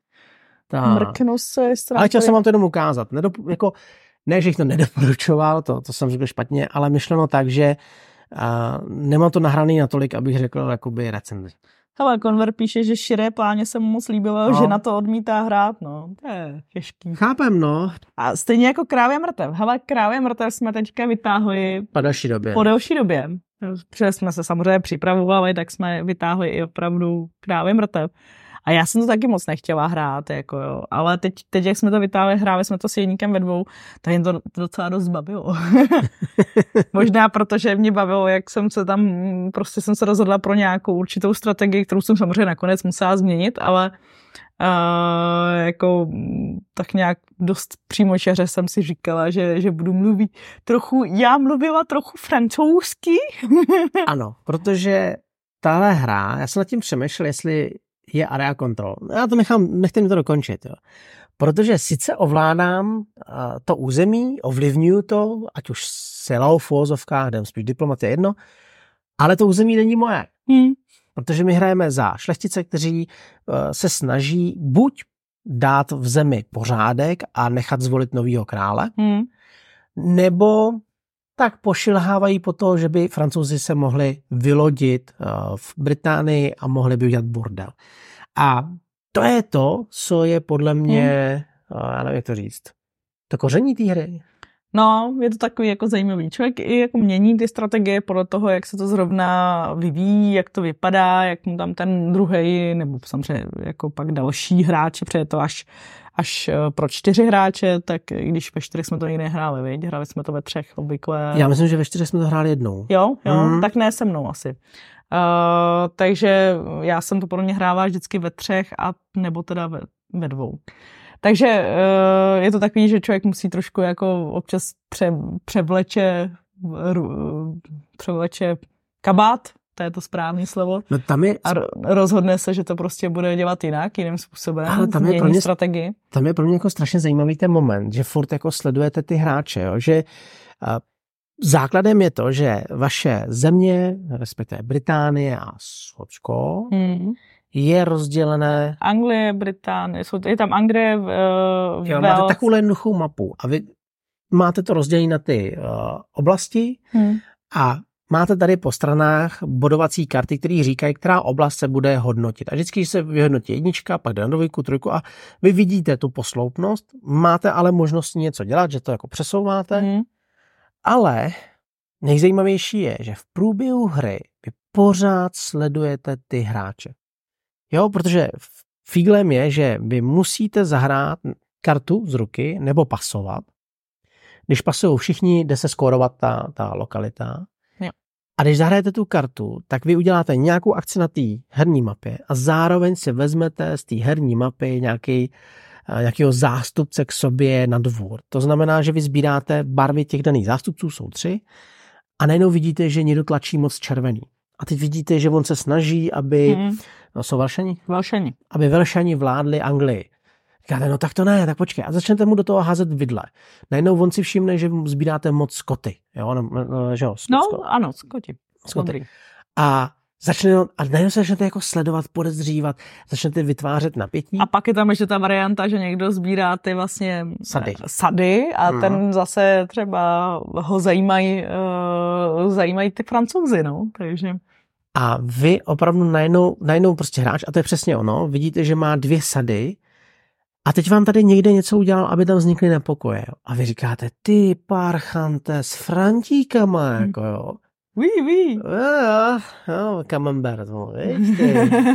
Mrknu se. Ale chtěl jsem vám to jenom ukázat. Nedop, jako, ne, že jich to nedoporučoval, to, to jsem řekl špatně, ale myšleno tak, že uh, nemám to nahraný natolik, abych řekl jakoby recenzi. Hele, Konver píše, že širé pláně se mu moc líbilo, no. že na to odmítá hrát, no. To je těžký. Chápem, no. A stejně jako Krávě mrtev. Hele, Krávě mrtev jsme teďka vytáhli po delší době. Po delší době. Protože jsme se samozřejmě připravovali, tak jsme vytáhli i opravdu Krávě mrtev. A já jsem to taky moc nechtěla hrát, jako jo. Ale teď, teď jak jsme to vytáhli, hráli jsme to s jedníkem ve dvou, tak jen to docela dost bavilo. Možná protože mě bavilo, jak jsem se tam, prostě jsem se rozhodla pro nějakou určitou strategii, kterou jsem samozřejmě nakonec musela změnit, ale uh, jako tak nějak dost přímočaře jsem si říkala, že, že budu mluvit trochu, já mluvila trochu francouzsky. Ano, protože tahle hra, já jsem nad tím přemýšlel, jestli je area control. Já to nechám, nechte mi to dokončit. Jo. Protože sice ovládám uh, to území, ovlivňuju to, ať už silou, v uvozovkách, jdem spíš diplomatie, jedno, ale to území není moje. Hmm. Protože my hrajeme za šlechtice, kteří uh, se snaží buď dát v zemi pořádek a nechat zvolit novýho krále, hmm. nebo tak pošilhávají po to, že by Francouzi se mohli vylodit uh, v Británii a mohli by udělat bordel. A to je to, co je podle mě, hmm. uh, já nevím, jak to říct, to koření té hry. No, je to takový jako zajímavý. Člověk i jako mění ty strategie podle toho, jak se to zrovna vyvíjí, jak to vypadá, jak mu tam ten druhej, nebo samozřejmě jako pak další hráči, protože je to až, až pro čtyři hráče, tak když ve čtyřech jsme to nikdy nehráli, viď? Hráli jsme to ve třech obvykle. Já myslím, že ve čtyřech jsme to hráli jednou. Jo, jo, mm. tak ne se mnou asi. Uh, takže já jsem to podle mě hrávala vždycky ve třech a nebo teda ve, ve dvou. Takže uh, je to takový, že člověk musí trošku jako občas pře, převleče, uh, převleče kabát, to je to správné slovo. No tam je... A rozhodne se, že to prostě bude dělat jinak, jiným způsobem, ale tam je pro mě strategii. Tam je pro mě jako strašně zajímavý ten moment, že furt jako sledujete ty hráče, jo? Že uh, základem je to, že vaše země, respektive Británie a Skotsko, hmm. je rozdělené... Anglie, Británie, je tam Anglie, uh, jo, máte takovou jednoduchou mapu a vy máte to rozdělení na ty uh, oblasti hmm. a máte tady po stranách bodovací karty, které říkají, která oblast se bude hodnotit. A vždycky se vyhodnotí jednička, pak jde na dvojku, trojku a vy vidíte tu posloupnost, máte ale možnost něco dělat, že to jako přesouváte, mm. ale nejzajímavější je, že v průběhu hry vy pořád sledujete ty hráče. Jo, protože fíglem je, že vy musíte zahrát kartu z ruky nebo pasovat. Když pasují všichni, jde se skórovat ta, ta lokalita. A když zahrajete tu kartu, tak vy uděláte nějakou akci na té herní mapě a zároveň si vezmete z té herní mapy nějaký, nějakého zástupce k sobě na dvůr. To znamená, že vy sbíráte barvy těch daných zástupců, jsou tři, a najednou vidíte, že někdo tlačí moc červený. A teď vidíte, že on se snaží, aby... Hmm. No, jsou Velšani? Velšani. Aby Velšani vládli Anglii. Říkáte, no tak to ne, tak počkej. A začnete mu do toho házet vidle. Najednou on si všimne, že sbíráte moc Skoty. Jo, no, no, že jo, Skot, no Skot. Ano, Skoti. Skoty. A začne, a najednou se začnete jako sledovat, podezřívat, začnete vytvářet napětí. A pak je tam ještě ta varianta, že někdo sbírá ty vlastně sady, sady a hmm. ten zase třeba ho zajímají, uh, zajímají ty Francouzi, no, takže... A vy opravdu najednou, najednou prostě hráč, a to je přesně ono, vidíte, že má dvě sady. A teď vám tady někde něco udělal, aby tam vznikly nepokoje. A vy říkáte, ty parchante s Frantíkama, jako jo. Oui, oui. Jo, jo, camembert, víš ty.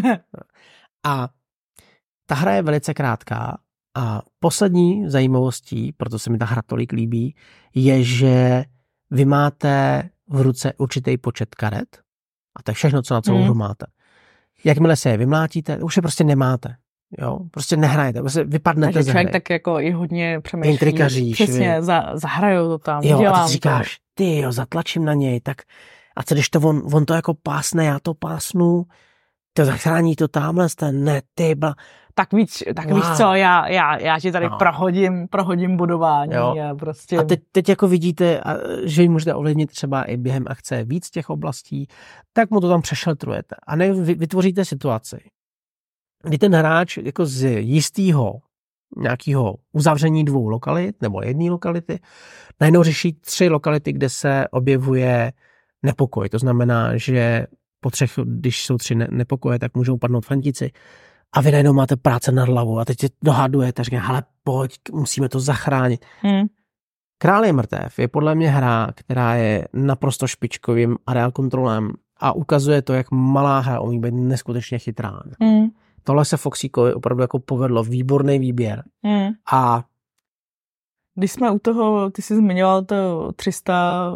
A ta hra je velice krátká a poslední zajímavostí, proto se mi ta hra tolik líbí, je, že vy máte v ruce určitý počet karet a to je všechno, co na celou hru mm. máte. Jakmile se je vymlátíte, už je prostě nemáte. Jo, prostě nehrajete, prostě vypadnete takže ze hry. člověk tak jako i hodně přemýšlí. Intrikaříš. Přesně, za, zahrajou to tam, jo, dělám a ty říkáš, ty jo, zatlačím na něj, tak a co když to on, on to jako pásne, já to pásnu, to zachrání to tamhle, ten ne, ty bla. Tak víc, tak wow. víš co, já, já, já ti tady no. prohodím, prohodím budování. A, prostě... a teď, teď jako vidíte, že ji můžete ovlivnit třeba i během akce víc těch oblastí, tak mu to tam přešeltrujete a ne, vytvoříte situaci, kdy ten hráč jako z jistého nějakého uzavření dvou lokalit nebo jedné lokality najednou řeší tři lokality, kde se objevuje nepokoj. To znamená, že po třech, když jsou tři nepokoje, tak můžou padnout Frantíci a vy najednou máte práce nad hlavou a teď se dohadujete a říkáte, hele, pojď, musíme to zachránit. Hmm. Král je mrtev je podle mě hra, která je naprosto špičkovým areál kontrolem a ukazuje to, jak malá hra umí být neskutečně chytrá. Hmm. Tohle se Foxíkovi opravdu jako povedlo, výborný výběr. Hmm. A když jsme u toho, ty jsi zmiňoval to tři sta,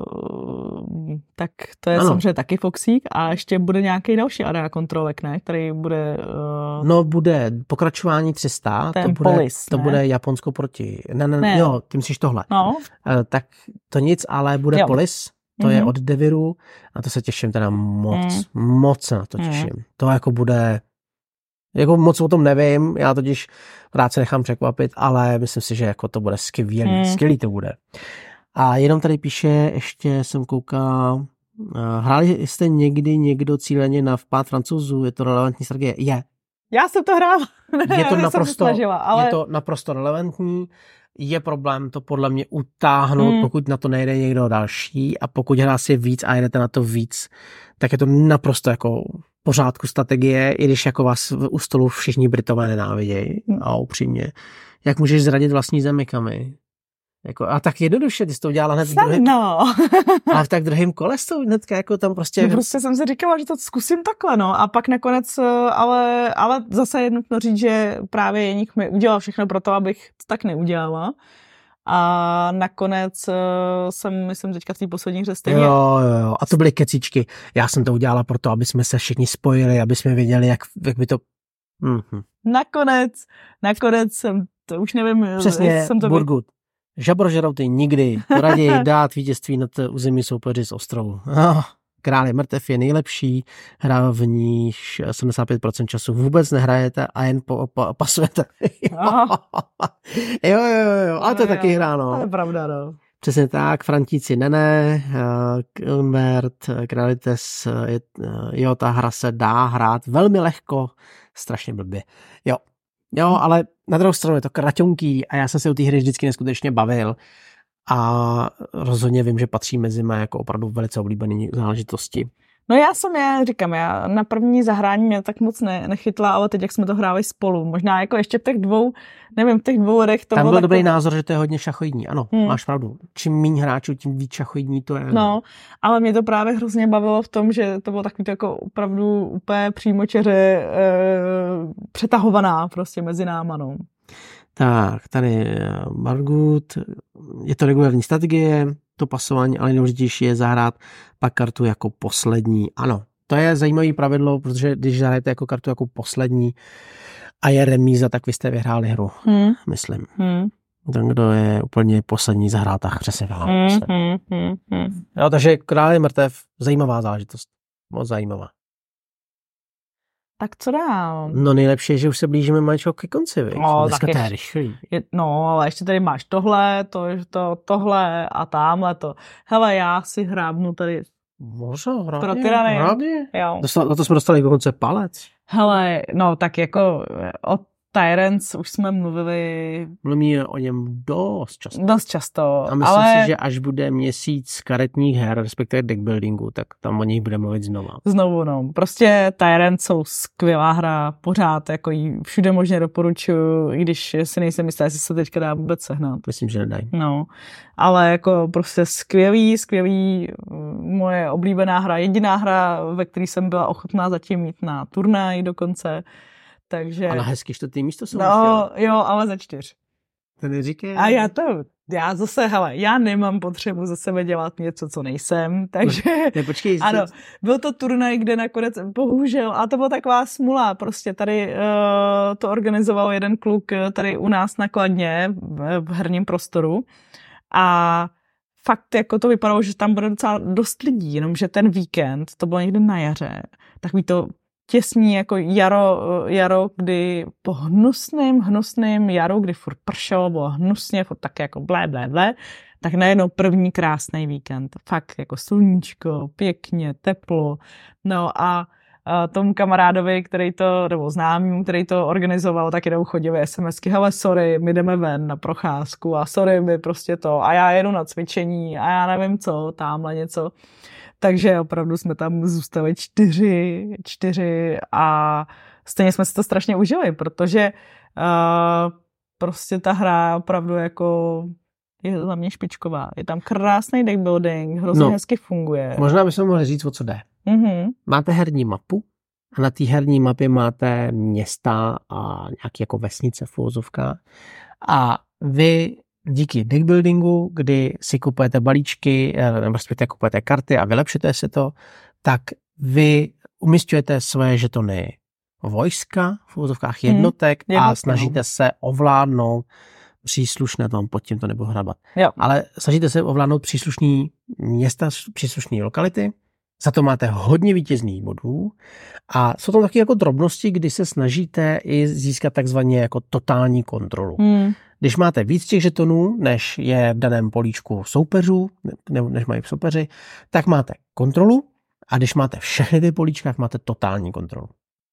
tak to je ano. samozřejmě taky Foxík a ještě bude nějaký další area kontrolek, ne? Který bude... Uh... No bude pokračování tři sta, ten to, bude, Polis, to bude Japonsko proti... Ne, ne, ne. Jo, ty myslíš tohle. No. Uh, tak to nic, ale bude jo. Polis, to mm-hmm. je od Deviru a to se těším teda moc, mm. moc se na to těším. Mm. To jako bude... Jako moc o tom nevím, já totiž rád se nechám překvapit, ale myslím si, že jako to bude skvělý, hmm. skvělý to bude. A jenom tady píše, ještě jsem koukal, hráli jste někdy někdo cíleně na vpád Francouzů, je to relevantní strategie? Je. Já jsem to hrála. Je to, naprosto, snažila, ale... je to naprosto relevantní, je problém to podle mě utáhnout, hmm. pokud na to nejde někdo další a pokud hrá si víc a jdete na to víc, tak je to naprosto jako pořádku strategie, i když jako vás u stolu všichni Britové nenávidějí a upřímně. Jak můžeš zradit vlastní zemi, Kami? Jako, a tak jednoduše, ty jsi to udělala hned v druhém, no. ale v tak druhém kole s tou hnedka jako tam prostě... No prostě jsem si říkala, že to zkusím takhle, no. A pak nakonec, ale, ale zase je nutno říct, že právě Jeník mi udělal všechno pro to, abych to tak neudělala. A nakonec uh, jsem, myslím, teďka v té poslední hře stejně... Jo, jo, jo. A to byly kecičky. Já jsem to udělala proto, aby jsme se všichni spojili, aby jsme věděli, jak, jak by to... Mm-hmm. Nakonec, nakonec jsem, to už nevím... Přesně, jsem to Burgut. Žabrožrouty nikdy raději dát vítězství nad území soupeři z ostrovu. Oh, Král je mrtev je nejlepší, hra v níž sedmdesát pět procent času vůbec nehrajete a jen po, po, pasujete. jo, jo, jo, a to je taky hra, no. To je pravda, no. Přesně tak, Frantíci ne, ne, Convert, Kralites, jo, ta hra se dá hrát velmi lehko, strašně blbě. Jo, jo, ale na druhou stranu je to kraťonký a já jsem se u té hry vždycky neskutečně bavil a rozhodně vím, že patří mezi mé jako opravdu velice oblíbené záležitosti. No já jsem, já říkám, já na první zahrání mě tak moc ne, nechytla, ale teď, jak jsme to hráli spolu, možná jako ještě v těch dvou, nevím, v těch dvou hrech to tam bylo byl takový... dobrý názor, že to je hodně šachoidní, ano, hmm. máš pravdu. Čím méně hráčů, tím víc šachoidní to je. No, ale mě to právě hrozně bavilo v tom, že to bylo takový to jako opravdu úplně přímočeře e, přetahovaná prostě mezi náma, no. Tak, tady Margut, je to regulární strategie, to pasování, ale nejdůležitější je zahrát pak kartu jako poslední. Ano, to je zajímavé pravidlo, protože když zahrajete jako kartu jako poslední a je remíza, tak vy jste vyhráli hru, hmm. myslím. Hmm. Ten, kdo je úplně poslední, zahrál tak přesně vyhrál. Hmm. Hmm. Hmm. Hmm. Jo, takže Král je mrtev, zajímavá záležitost. Moc zajímavá. Tak co dál? No nejlepší je, že už se blížíme maličko ke konci, víš? No, dneska tak to je, je rychlý. Je, no, ale ještě tady máš tohle, to, to, tohle a tamhle to. Hele, já si hrábnu tady. Možná, hrábně, pro tyrany. hrábně. Jo. Dostal, na to jsme dostali dokonce palec. Hele, no tak jako od Tyrants už jsme mluvili... Mluvíme o něm dost často. Dost často, A myslím ale... si, že až bude měsíc karetních her, respektive deckbuildingu, tak tam o nich bude mluvit znova. Znovu, no. Prostě Tyrants jsou skvělá hra, pořád, jako ji všude možně doporučuji, i když si nejsem jistá, jestli se teďka dá vůbec sehnat. Myslím, že nedají. No, ale jako prostě skvělý, skvělý, moje oblíbená hra, jediná hra, ve které jsem byla ochotná zatím mít na turnaj dokonce. Takže... A na hezky čtvrtý místo jsem No, jo, ale za čtyř. To neříkej. A já to, já zase, hele, já nemám potřebu za sebe dělat něco, co nejsem, takže... Ne, počkej. Ano, byl to turnaj, kde nakonec, bohužel, a to byla taková smula, prostě tady uh, to organizoval jeden kluk tady u nás na Kladně, v herním prostoru a fakt jako to vypadalo, že tam bude docela dost lidí, jenomže ten víkend, to bylo někde na jaře, takový to těsní jako jaro, jaro, kdy po hnusným, hnusným jaru, kdy furt pršelo, bylo hnusně, furt tak jako blé, blé, blé, tak najednou první krásný víkend. Fakt jako sluníčko, pěkně, teplo. No a, a tomu kamarádovi, který to, nebo známým, který to organizoval, tak jednou chodili SMSky, hele, sorry, my jdeme ven na procházku a sorry, my prostě to, a já jedu na cvičení a já nevím co, tamhle něco. Takže opravdu jsme tam zůstali čtyři, čtyři a stejně jsme si to strašně užili, protože uh, prostě ta hra opravdu jako je za mě špičková. Je tam krásný deckbuilding, hrozně no, hezky funguje. Možná bychom mohli říct, o co jde. Mm-hmm. Máte herní mapu a na té herní mapě máte města a nějaké jako vesnice v uvozovkách a vy díky deckbuildingu, kdy si kupujete balíčky, nebo respektive kupujete karty a vylepšíte si to, tak vy umístujete své žetony vojska, v uvozovkách jednotek hmm, a snažíte se ovládnout příslušné, to mám pod tím to nebudu hrabat, jo. ale snažíte se ovládnout příslušný města, příslušné lokality, za to máte hodně vítězných bodů a jsou tam taky jako drobnosti, kdy se snažíte i získat takzvaně jako totální kontrolu. Hmm. Když máte víc těch žetonů, než je v daném políčku soupeřů, ne, než mají soupeři, tak máte kontrolu a když máte všechny ty políčka, tak máte totální kontrolu.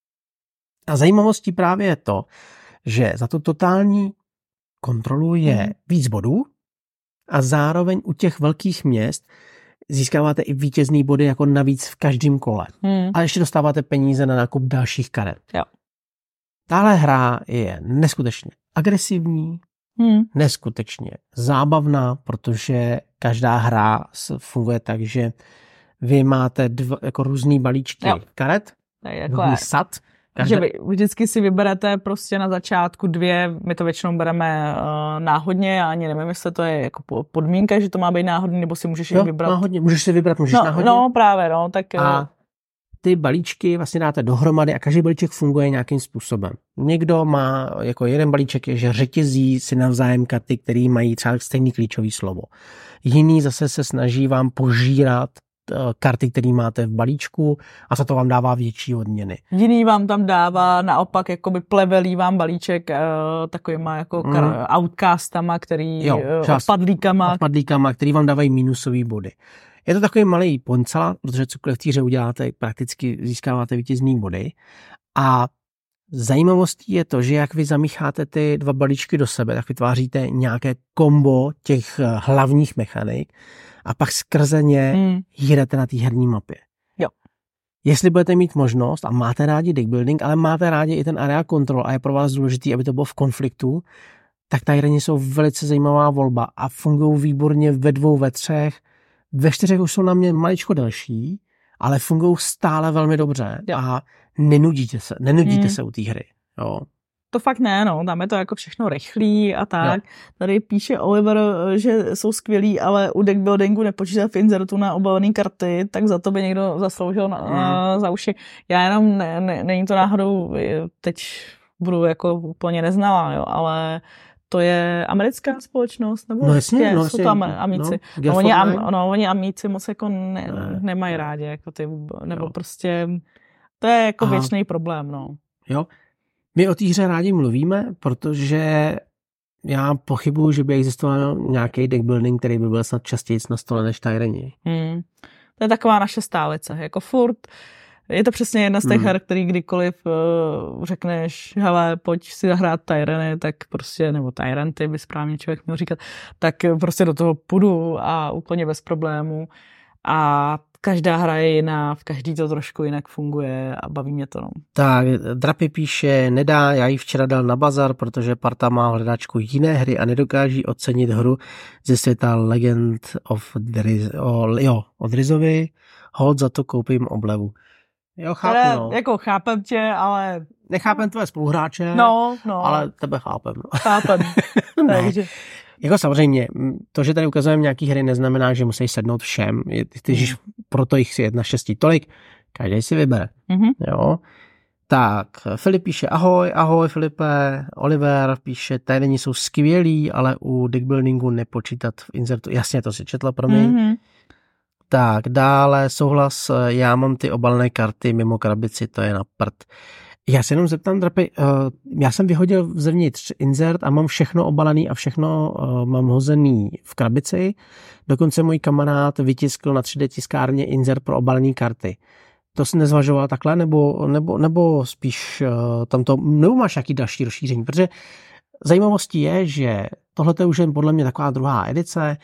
A zajímavostí právě je to, že za tu totální kontrolu je hmm. víc bodů a zároveň u těch velkých měst získáváte i vítězný body jako navíc v každém kole. Hmm. A ještě dostáváte peníze na nákup dalších karet. Jo. Tahle hra je neskutečně agresivní, Hmm. Neskutečně zábavná, protože každá hra funguje tak, že vy máte dva, jako různý balíčky jo. karet, různý sad. Každé... Že vy vždycky si vyberete prostě na začátku dvě, my to většinou bereme uh, náhodně, já ani nevím, jestli to je jako podmínka, že to má být náhodný, nebo si můžeš jo, vybrat. náhodně, můžeš si vybrat, můžeš no, náhodně. No právě, no, tak... A ty balíčky vlastně dáte dohromady a každý balíček funguje nějakým způsobem. Někdo má, jako jeden balíček je, že řetězí si navzájem karty, které mají třeba stejný klíčový slovo. Jiný zase se snaží vám požírat karty, které máte v balíčku a za to vám dává větší odměny. Jiný vám tam dává naopak, jakoby plevelí vám balíček uh, takovýma jako kar- mm. outcastama, který jo, uh, odpadlíkama. Odpadlíkama, který vám dávají minusový body. Je to takový malý poncela, protože cokoliv v té hře uděláte, prakticky získáváte vítězný body. A zajímavostí je to, že jak vy zamícháte ty dva balíčky do sebe, tak vytváříte nějaké kombo těch hlavních mechanik a pak skrze ně hmm. jdete na té herní mapě. Jo. Jestli budete mít možnost a máte rádi deck building, ale máte rádi i ten area control a je pro vás důležitý, aby to bylo v konfliktu, tak Tyrani jsou velice zajímavá volba a fungují výborně ve dvou, ve třech. Ve čtyřech už jsou na mě maličko delší, ale fungují stále velmi dobře jo. a nenudíte se, nenudíte hmm. se u té hry. Jo. To fakt ne, no, tam je to jako všechno rychlý a tak. Jo. Tady píše Oliver, že jsou skvělí, ale u deckbuildingu nepočítat v inzertu na obavený karty, tak za to by někdo zasloužil na, hmm. za uši. Já jenom, ne, ne, není to náhodou, teď budu jako úplně neznalá, jo, ale to je americká společnost? Nebo no jasně, je, no jsou jasně, to amíci. No, no, oni, am, no, oni amíci moc jako ne, ne. nemají rádi, jako ty, nebo jo. prostě, to je jako věčný problém, no. Jo, my o té hře rádi mluvíme, protože já pochybuju, že by existoval nějaký deckbuilding, který by byl snad častěji na stole než Tyrani. Hmm. To je taková naše stálice, jako furt. Je to přesně jedna z těch her, který kdykoliv uh, řekneš, hele, pojď si zahrát Tyrany, tak prostě, nebo Tyranty by správně člověk měl říkat, tak prostě do toho půjdu a úplně bez problémů. A každá hra je jiná, v každý to trošku jinak funguje a baví mě to. No. Tak, Drapy píše, nedá, já ji včera dal na bazar, protože parta má hledáčku jiné hry a nedokáží ocenit hru ze světa Legend of Driz, o, jo, od Rizovi, hold za to koupím oblevu. Jo, chápu, ale, no. Jako chápem tě, ale... Nechápem tvoje spoluhráče, no, no. ale tebe chápem. Chápem. Takže... Jako samozřejmě, to, že tady ukazujeme nějaký hry, neznamená, že musí sednout všem. Když mm. proto jich si jedna štěstí tolik, každý si vybere. Mm-hmm. Jo. Tak, Filip píše ahoj, ahoj Filipe, Oliver píše, tady jsou skvělí, ale u deckbuildingu nepočítat v inzertu. Jasně, to si četla, promiň. Mm-hmm. Tak, dále souhlas, já mám ty obalené karty mimo krabici, to je na prd. Já se jenom zeptám, Drapy, uh, já jsem vyhodil zevnitř insert a mám všechno obalený a všechno uh, mám hozený v krabici. Dokonce můj kamarád vytiskl na tři dé tiskárně insert pro obalené karty. To jsi nezvažoval takhle, nebo, nebo, nebo spíš uh, tamto, nebo máš nějaký další rozšíření? Protože zajímavostí je, že tohle je už jen podle mě taková druhá edice.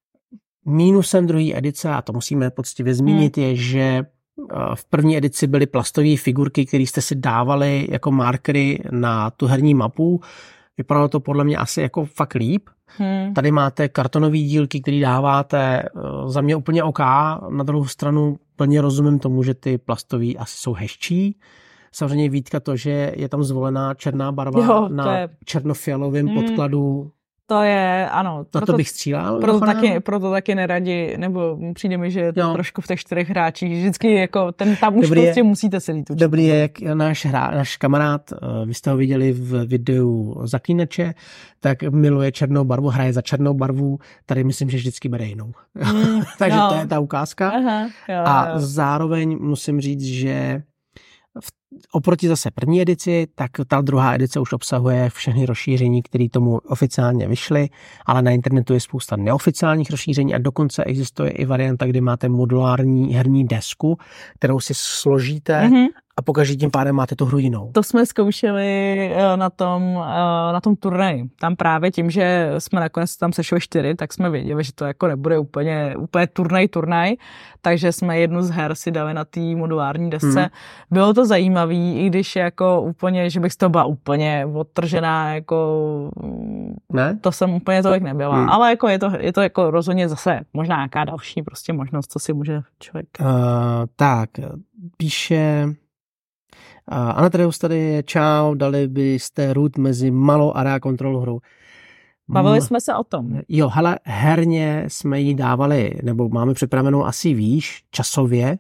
Mínusem druhé edice, a to musíme poctivě zmínit, hmm. je, že v první edici byly plastové figurky, které jste si dávali jako markery na tu herní mapu. Vypadalo to podle mě asi jako fakt líp. Hmm. Tady máte kartonové dílky, které dáváte za mě úplně OK. Na druhou stranu plně rozumím tomu, že ty plastové asi jsou hezčí. Samozřejmě výtka to, že je tam zvolená černá barva jo, na je... černofialovém hmm. podkladu. To je, ano. Na proto, to bych střílel. Proto taky, proto taky neradi, nebo přijde mi, že je to jo. trošku v těch čtyřech hráčích. Vždycky jako ten tam už Dobrý prostě je, musíte se lít. Dobrý je, jak náš, hra, náš kamarád, vy jste ho viděli v videu Zaklínače, tak miluje černou barvu, hraje za černou barvu, tady myslím, že vždycky bere jinou. Mm, Takže jo. to je ta ukázka. Aha, jo, a jo. zároveň musím říct, že v, oproti zase první edici, tak ta druhá edice už obsahuje všechny rozšíření, které tomu oficiálně vyšly, ale na internetu je spousta neoficiálních rozšíření a dokonce existuje i varianta, kdy máte modulární herní desku, kterou si složíte mm-hmm. A pokaždý tím pádem máte tu hrudinou. To jsme zkoušeli na tom, na tom turnaji. Tam právě tím, že jsme nakonec tam sešli čtyři, tak jsme věděli, že to jako nebude úplně, úplně turnaj, turnaj. Takže jsme jednu z her si dali na té modulární desce. Hmm. Bylo to zajímavý, i když jako úplně, že bych z toho byla úplně odtržená, jako ne? To jsem úplně tolik nebyla. Hmm. Ale jako je to, je to jako rozhodně zase možná nějaká další prostě možnost, co si může člověk. Uh, tak, píše Uh, Anatreus tady je, čau, dali byste root mezi malou a real control hru. Bavili jsme se o tom. Jo, hele, herně jsme ji dávali, nebo máme připravenou asi výš, časově,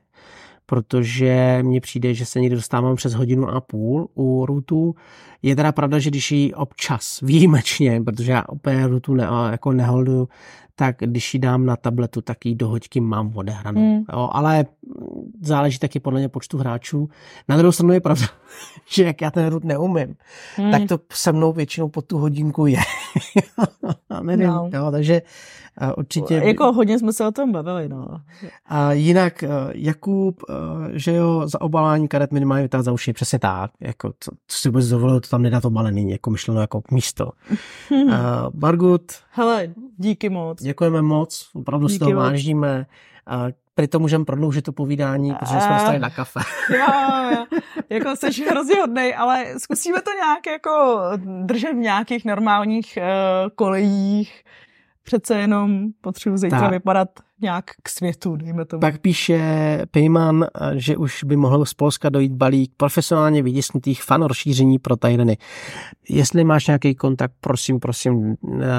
protože mně přijde, že se někdy dostávám přes hodinu a půl u rootu. Je teda pravda, že když ji občas, výjimečně, protože já úplně rootu ne, jako neholduju, tak když ji dám na tabletu, tak ji do hoďky mám odehranou. Hmm. Jo, ale záleží taky podle mě počtu hráčů. Na druhou stranu je pravda, že jak já ten root neumím, hmm. tak to se mnou většinou po tu hodinku je. Nevím, no. Jo, takže uh, určitě... Jako hodně jsme se o tom bavili, no. A jinak uh, Jakub, uh, že jo, za obalání karet minimálně vytáhl za uši, přesně tak. Jako, co, co si vůbec dovolil, to tam nedat obalený, jako myšleno jako místo. uh, Margut. Hele, díky moc. Děkujeme moc, opravdu si toho vážíme. Uh, Prý to můžeme prodloužit to povídání, protože jsme dostali na kafe. Jo, jo. Jako jsi hrozně hodnej, ale zkusíme to nějak jako držet v nějakých normálních uh, kolejích. Přece jenom potřebuji zítra tak vypadat nějak k světu, dejme tomu. Pak píše Pejman, že už by mohl z Polska dojít balík profesionálně vytisknutých fan rozšíření pro Tyrany. Jestli máš nějaký kontakt, prosím, prosím,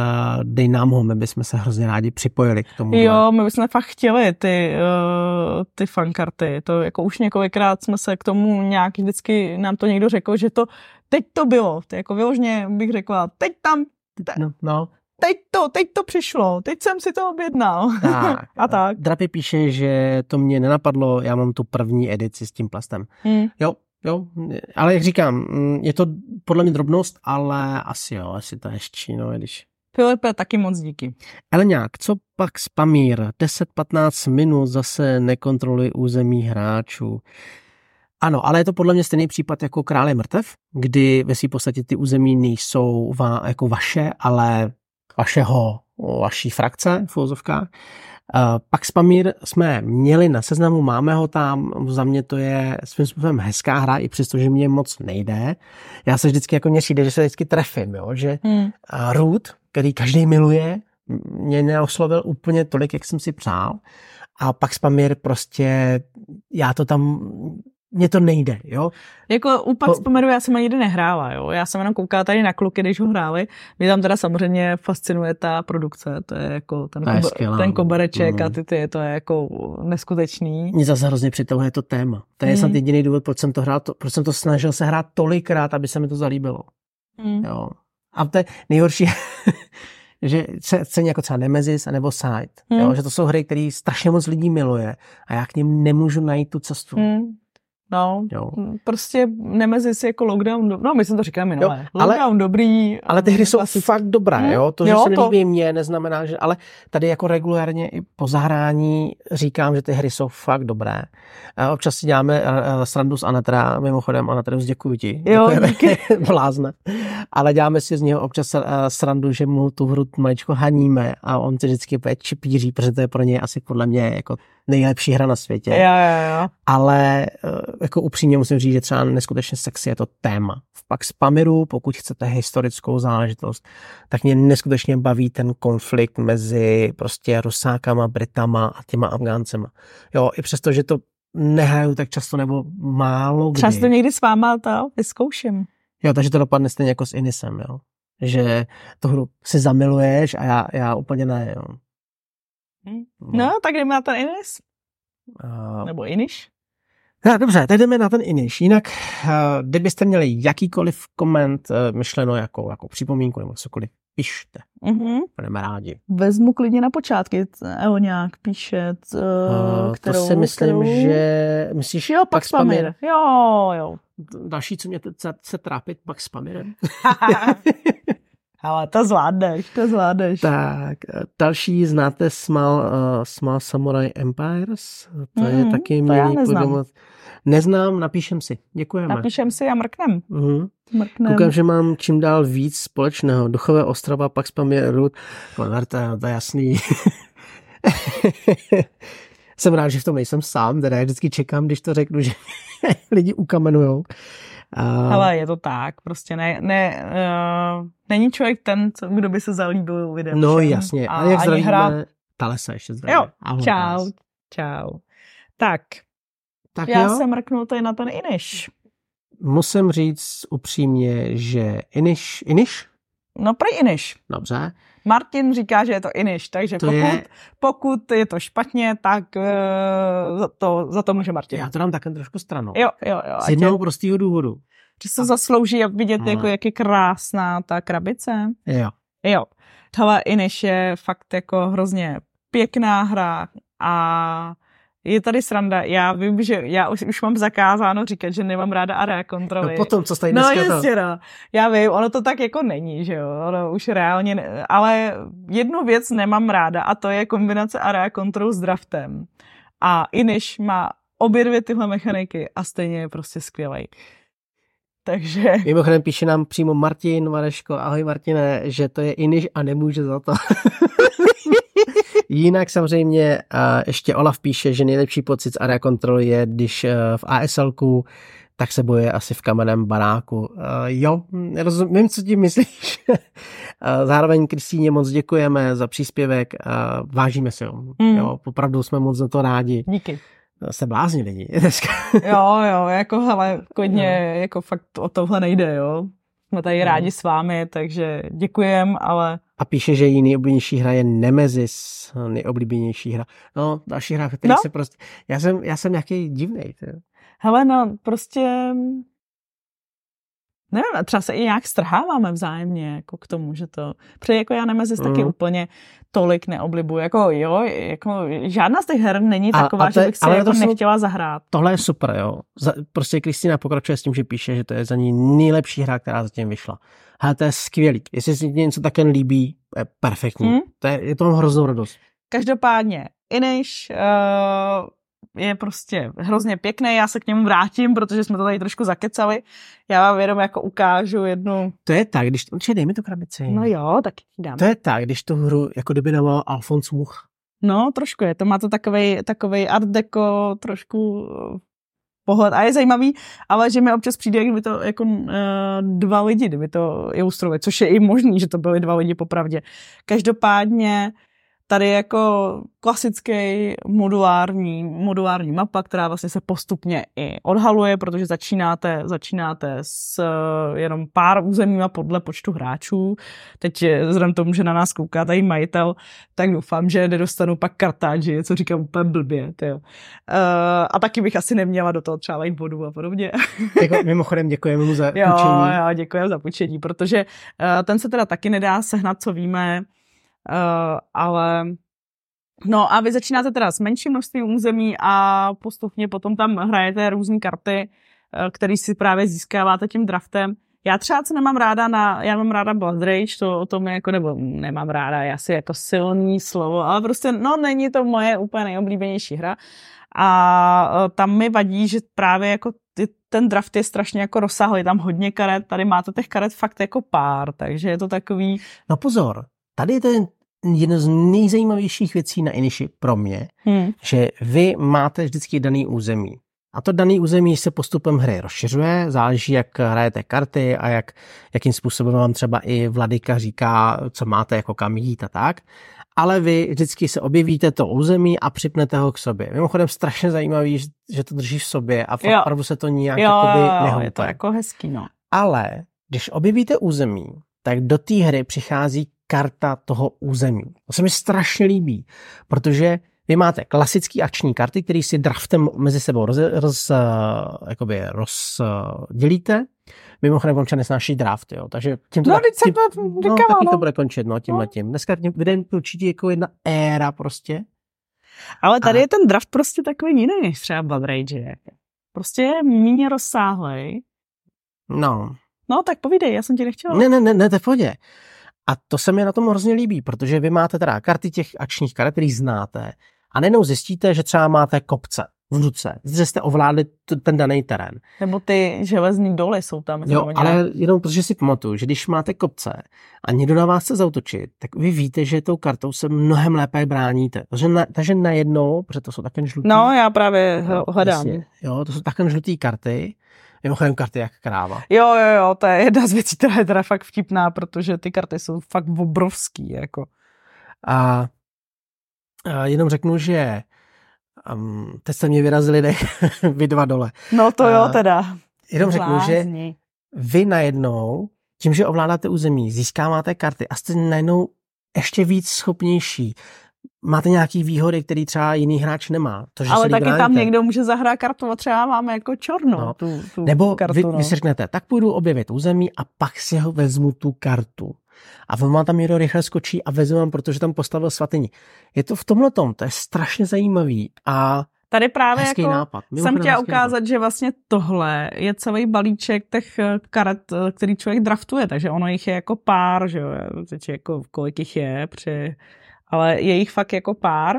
dej nám ho, my bychom se hrozně rádi připojili k tomu. Jo, my bychom fakt chtěli ty, uh, ty fankarty. To jako už několikrát jsme se k tomu nějak vždycky nám to někdo řekl, že to teď to bylo. To jako vyložně bych řekla, teď tam... Te- no, no. Teď to, teď to přišlo, teď jsem si to objednal. Tak. A tak. Drapy píše, že to mě nenapadlo, já mám tu první edici s tím plastem. Hmm. Jo, jo, ale jak říkám, je to podle mě drobnost, ale asi jo, asi to ještě, no, když... Filipe, taky moc díky. Elňák, co pak spamír? deset patnáct minut zase nekontroluji území hráčů. Ano, ale je to podle mě stejný případ jako Král je mrtev, kdy ve své podstatě ty území nejsou va, jako vaše, ale vašeho, vaší frakce v uvozovkách. Uh, Pax Pamir jsme měli na seznamu, máme ho tam, za mě to je svým způsobem hezká hra, i přesto, že mě moc nejde. Já se vždycky jako mě přijde, že se vždycky trefím, jo? Že hmm. uh, Root, který každý miluje, mě neoslovil úplně tolik, jak jsem si přál. A Pax Pamir prostě, já to tam... Mně to nejde, jo. Jako u Pax Pamiru já jsem ani nikdy nehrála, jo. Já jsem jenom koukala tady na kluky, když ho hráli. Mě tam teda samozřejmě fascinuje ta produkce, to je jako ten, kobe, skvělá, ten kobereček mm. a ty, ty, to je jako neskutečný. Mě zase hrozně přitahuje to téma. To je mm. snad jediný důvod, proč jsem to hrál, to, proč jsem to snažil se hrát tolikrát, aby se mi to zalíbilo. Mm. Jo. A to je nejhorší, že se cení jako třeba Nemesis a nebo Side, mm. jo. Že to jsou hry, které strašně moc lidí miluje a já k nim nemůžu najít tu cestu. Mm. No, jo. Prostě Nemesis jako Lockdown, do... no my jsem to říkali minule, Lockdown ale, dobrý. Ale ty hry jsou asi fakt dobré, hmm? jo, to, že jo, se to... nelíbí mě, neznamená, že, ale tady jako regulárně i po zahrání říkám, že ty hry jsou fakt dobré. Občas si děláme srandu s Anatra, mimochodem Anatreus, děkuji ti. Jo, díky. Blázne. Ale děláme si z něho občas srandu, že mu tu hru maličko haníme a on si vždycky čipíří, protože to je pro něj asi podle mě jako nejlepší hra na světě. Jo, jo, jo. Ale jako upřímně musím říct, že třeba neskutečně sexy je to téma. V Pax Pamiru, pokud chcete historickou záležitost, tak mě neskutečně baví ten konflikt mezi prostě Rusákama, Britama a těma Afgáncema. Jo, i přesto, že to nehraju tak často nebo málo kdy. Třeba to někdy s váma to vyzkouším. Jo, takže to dopadne stejně jako s Inisem, jo. Že tu hru si zamiluješ a já, já úplně ne, jo. No, tak jdeme na ten Inis. Uh, Nebo Iniš. No, dobře, tak jdeme na ten Iniš. Jinak, uh, kdybyste měli jakýkoliv koment, uh, myšleno jako, jako připomínku nebo cokoliv, pište. Uh-huh. Budeme rádi. Vezmu klidně na počátky. Eho nějak píše, uh, kterou, to si myslím, kterou... že... Myslíš jo, Pax Pamir. Jo, jo. Další, co mě se, se trápit, Pax Pamirem. Ale to zvládneš, to zvládneš. Tak, další znáte Small, uh, Small Samurai Empires? To mm, je taky to já neznám. Podímat. Neznám, napíšem si. Děkujeme. Napíšem si a mrknem. Uh-huh. mrknem. Koukám, že mám čím dál víc společného. Duchové ostrova, pak spamě Root. Konverta, to je jasný. Jsem rád, že v tom nejsem sám, teda já vždycky čekám, když to řeknu, že lidi ukamenujou. Hele, je to tak, prostě ne, ne, uh, není člověk ten, co, kdo by se zalíbil lidem. No všem. jasně, a ale jak zdravíme, hra... Talesa ještě zdravíme. Jo, ahoj, čau, Tales. čau. Tak, tak já jo? jsem mrknul tady na ten Inish. Musím říct upřímně, že Inish, Inish? No prý Inish. Dobře. Martin říká, že je to Inish, takže pokud je... pokud je to špatně, tak uh, za, to, za to může Martin. Já to dám také trošku stranou. Jo, jo, jo. Z jednoho prostého důvodu. Že se a... zaslouží vidět, no. jako, jak je krásná ta krabice. Jo. Jo. Tohle Inish je fakt jako hrozně pěkná hra a je tady sranda. Já vím, že já už, už mám zakázáno říkat, že nemám ráda area kontroly. No potom, co tady dneska to... No jasně, no. Já vím, ono to tak jako není, že jo. Ono už reálně... Ne... Ale jednu věc nemám ráda a to je kombinace area control s draftem. A Inish má obě dvě tyhle mechaniky a stejně je prostě skvělej. Takže... Mimochodem píše nám přímo Martin Vareško, ahoj Martine, že to je Inish a nemůže za to. Jinak samozřejmě uh, ještě Olaf píše, že nejlepší pocit z area control je, když uh, v ASLku tak se bojuje asi v kamenném baráku. Uh, jo, rozumím, co tím myslíš. uh, zároveň Kristýně moc děkujeme za příspěvek, uh, vážíme si ho. Mm. Jo, opravdu jsme moc za to rádi. Díky. Se blázni lidi dneska. jo, jo, jako hele, klidně, jako fakt o tohle nejde, jo. Jsme tady no. rádi s vámi, takže děkujem, ale... A píše, že její nejoblíbenější hra je Nemesis, nejoblíbenější hra. No, další hra, který no. se prostě... Já jsem, já jsem nějaký divnej. Tě. Hele, no, prostě... Nevím, třeba se i nějak strháváme vzájemně jako k tomu, že to... Protože jako já Nemesis mm. taky úplně tolik neoblibuju. Jako jo, jako žádná z těch her není taková, a, a te, že bych si jako nechtěla zahrát. Tohle je super, jo. Za, prostě Kristýna pokračuje s tím, že píše, že to je za ní nejlepší hra, která zatím vyšla. Ale to je skvělý. Jestli si něco také líbí, je perfektní. Mm. To je, je to hroznou radost. Každopádně, Inish uh, je prostě hrozně pěkný, já se k němu vrátím, protože jsme to tady trošku zakecali. Já vám jenom jako ukážu jednu... To je tak, když... Určitě dej mi tu krabici. No jo, tak dám. To je tak, když tu hru jako kdyby dával Alfons Much. No, trošku je. To má to takovej, takovej art deco, trošku pohled. A je zajímavý, ale že mi občas přijde, kdyby to jako uh, dva lidi, kdyby to ilustrovali, což je i možný, že to byly dva lidi popravdě. Každopádně tady je jako klasický modulární, modulární mapa, která vlastně se postupně i odhaluje, protože začínáte, začínáte s uh, jenom pár územíma podle počtu hráčů. Teď vzhledem tomu, že na nás kouká tady majitel, tak doufám, že nedostanu pak kartáži, co říkám úplně blbě. Uh, a taky bych asi neměla do toho třeba lejt vodu a podobně. Jako, mimochodem děkujeme mu za půjčení. Jo, jo, děkujeme za půjčení, protože uh, ten se teda taky nedá sehnat, co víme. Uh, ale no a vy začínáte teda s menším množstvím území a postupně potom tam hrajete různé karty, uh, které si právě získáváte tím draftem. Já třeba co nemám ráda na, já mám ráda Blood Rage, to o tom jako, nebo nemám ráda, je asi jako silný slovo, ale prostě no není to moje úplně nejoblíbenější hra a uh, tam mi vadí, že právě jako ty, ten draft je strašně jako rozsáhlý, je tam hodně karet, tady máte těch karet fakt jako pár, takže je to takový... No pozor, tady je to jedna z nejzajímavějších věcí na Inishi pro mě, hmm. že vy máte vždycky daný území. A to daný území se postupem hry rozšiřuje, záleží, jak hrajete karty a jak, jakým způsobem vám třeba i Vladyka říká, co máte jako kam jít a tak. Ale vy vždycky se objevíte to území a připnete ho k sobě. Mimochodem strašně zajímavý, že to drží v sobě a fakt opravdu se to nijak jo, jakoby nehoupé. Je to jako hezký, no. Ale když objevíte území, tak do té hry přichází karta toho území. To se mi strašně líbí, protože vy máte klasický akční karty, které si draftem mezi sebou roz, roz, jakoby rozdělíte. Mimochodem končí nesnáší draft, jo. Takže tím to, no, tak, tím, to, no, taky to bude končit, no, tímhle tím. Dneska vidím určitě jako jedna éra prostě. Ale tady a... je ten draft prostě takový jiný než třeba Blood Rage. Prostě je méně rozsáhlej. No. No, tak povídej, já jsem ti nechtěla. Ne, ne, ne, ne, to je v pohodě. A to se mi na tom hrozně líbí, protože vy máte teda karty těch akčních karet, který znáte, a najednou zjistíte, že třeba máte kopce v ruce, že jste ovládli t- ten daný terén. Nebo ty železní doly jsou tam. Jo, ale jenom protože si pamatuju, že když máte kopce a někdo na vás chce zaútočit, tak vy víte, že tou kartou se mnohem lépe bráníte. Takže, na, takže najednou, protože to jsou také žlutý. No, já právě jo, hledám. Jasně, jo, to jsou také žlutý karty. Mimochodem karty jak kráva. Jo, jo, jo, to je jedna z věcí, která je teda fakt vtipná, protože ty karty jsou fakt obrovský, jako. A, a jenom řeknu, že um, teď jste mě vyrazili dech, vy dva dole. No to jo, teda. A jenom řeknu, že vy najednou, tím, že ovládáte území, získáváte karty a jste najednou ještě víc schopnější. Máte nějaký výhody, který třeba jiný hráč nemá. To, že ale taky bráníte. Tam někdo může zahrát kartu a třeba máme jako černou no. tu, tu Nebo kartu. Nebo no. vy si řeknete, tak půjdu objevit území a pak si ho vezmu tu kartu. A on vám tam někdo rychle skočí a vezmu vám, protože tam postavil svatyni. Je to v tomhletom, to je strašně zajímavý a tady právě hezký jako nápad. jsem chtěla ukázat, nápad. Že vlastně tohle je celý balíček těch karet, který člověk draftuje, takže ono jich je jako pár, že jo, teď jako kolik jich je, při... ale je jich fakt jako pár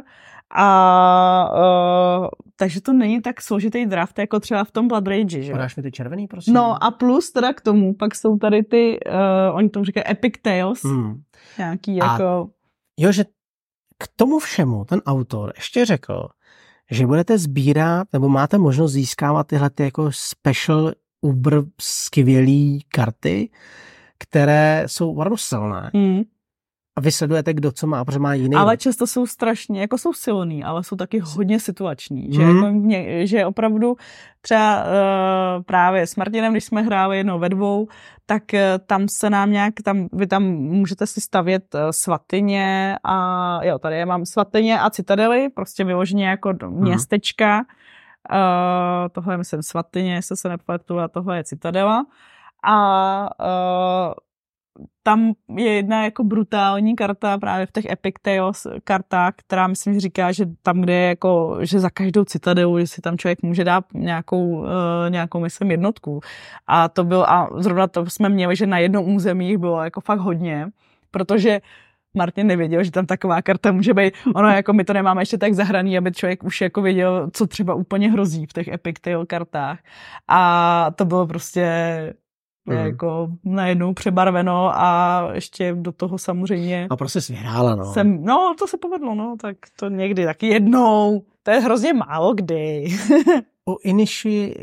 a uh, takže to není tak složitý draft, jako třeba v tom Blood Rage, že jo. Podáš mi ty červený, prosím? No a plus teda k tomu, pak jsou tady ty, uh, oni tomu říkají Epic Tales, hmm. nějaký a jako... Jo, že k tomu všemu ten autor ještě řekl, že budete sbírat, nebo máte možnost získávat tyhle ty jako special uber skvělý karty, které jsou opravdu silné. Hmm. A vy sledujete, kdo co má, protože má jiný. Ale často jsou strašně, jako jsou silný, ale jsou taky hodně situační. Že, hmm. jako mě, že opravdu třeba uh, právě s Martinem, když jsme hráli jednou ve dvou, tak uh, tam se nám nějak, tam, vy tam můžete si stavět uh, svatyně a jo, tady já mám svatyně a citadely, prostě vyloženě jako městečka. Uh, tohle je myslím svatyně, jestli se nepletu, a tohle je citadela. A uh, tam je jedna jako brutální karta právě v těch Epic Tales kartách, která myslím, že říká, že tam, kde je jako, že za každou citadelu, že si tam člověk může dát nějakou, uh, nějakou myslím, jednotku. A to byl, a zrovna to jsme měli, že na jednom území bylo jako fakt hodně, protože Martin nevěděl, že tam taková karta může být. Ono jako my to nemáme ještě tak zahraný, aby člověk už jako věděl, co třeba úplně hrozí v těch Epic Tale kartách. A to bylo prostě mm. jako najednou přebarveno a ještě do toho samozřejmě... A prostě jsi vyhrála, no. Jsem, no, to se povedlo, no, tak to někdy taky jednou. To je hrozně málo kdy. U Iniši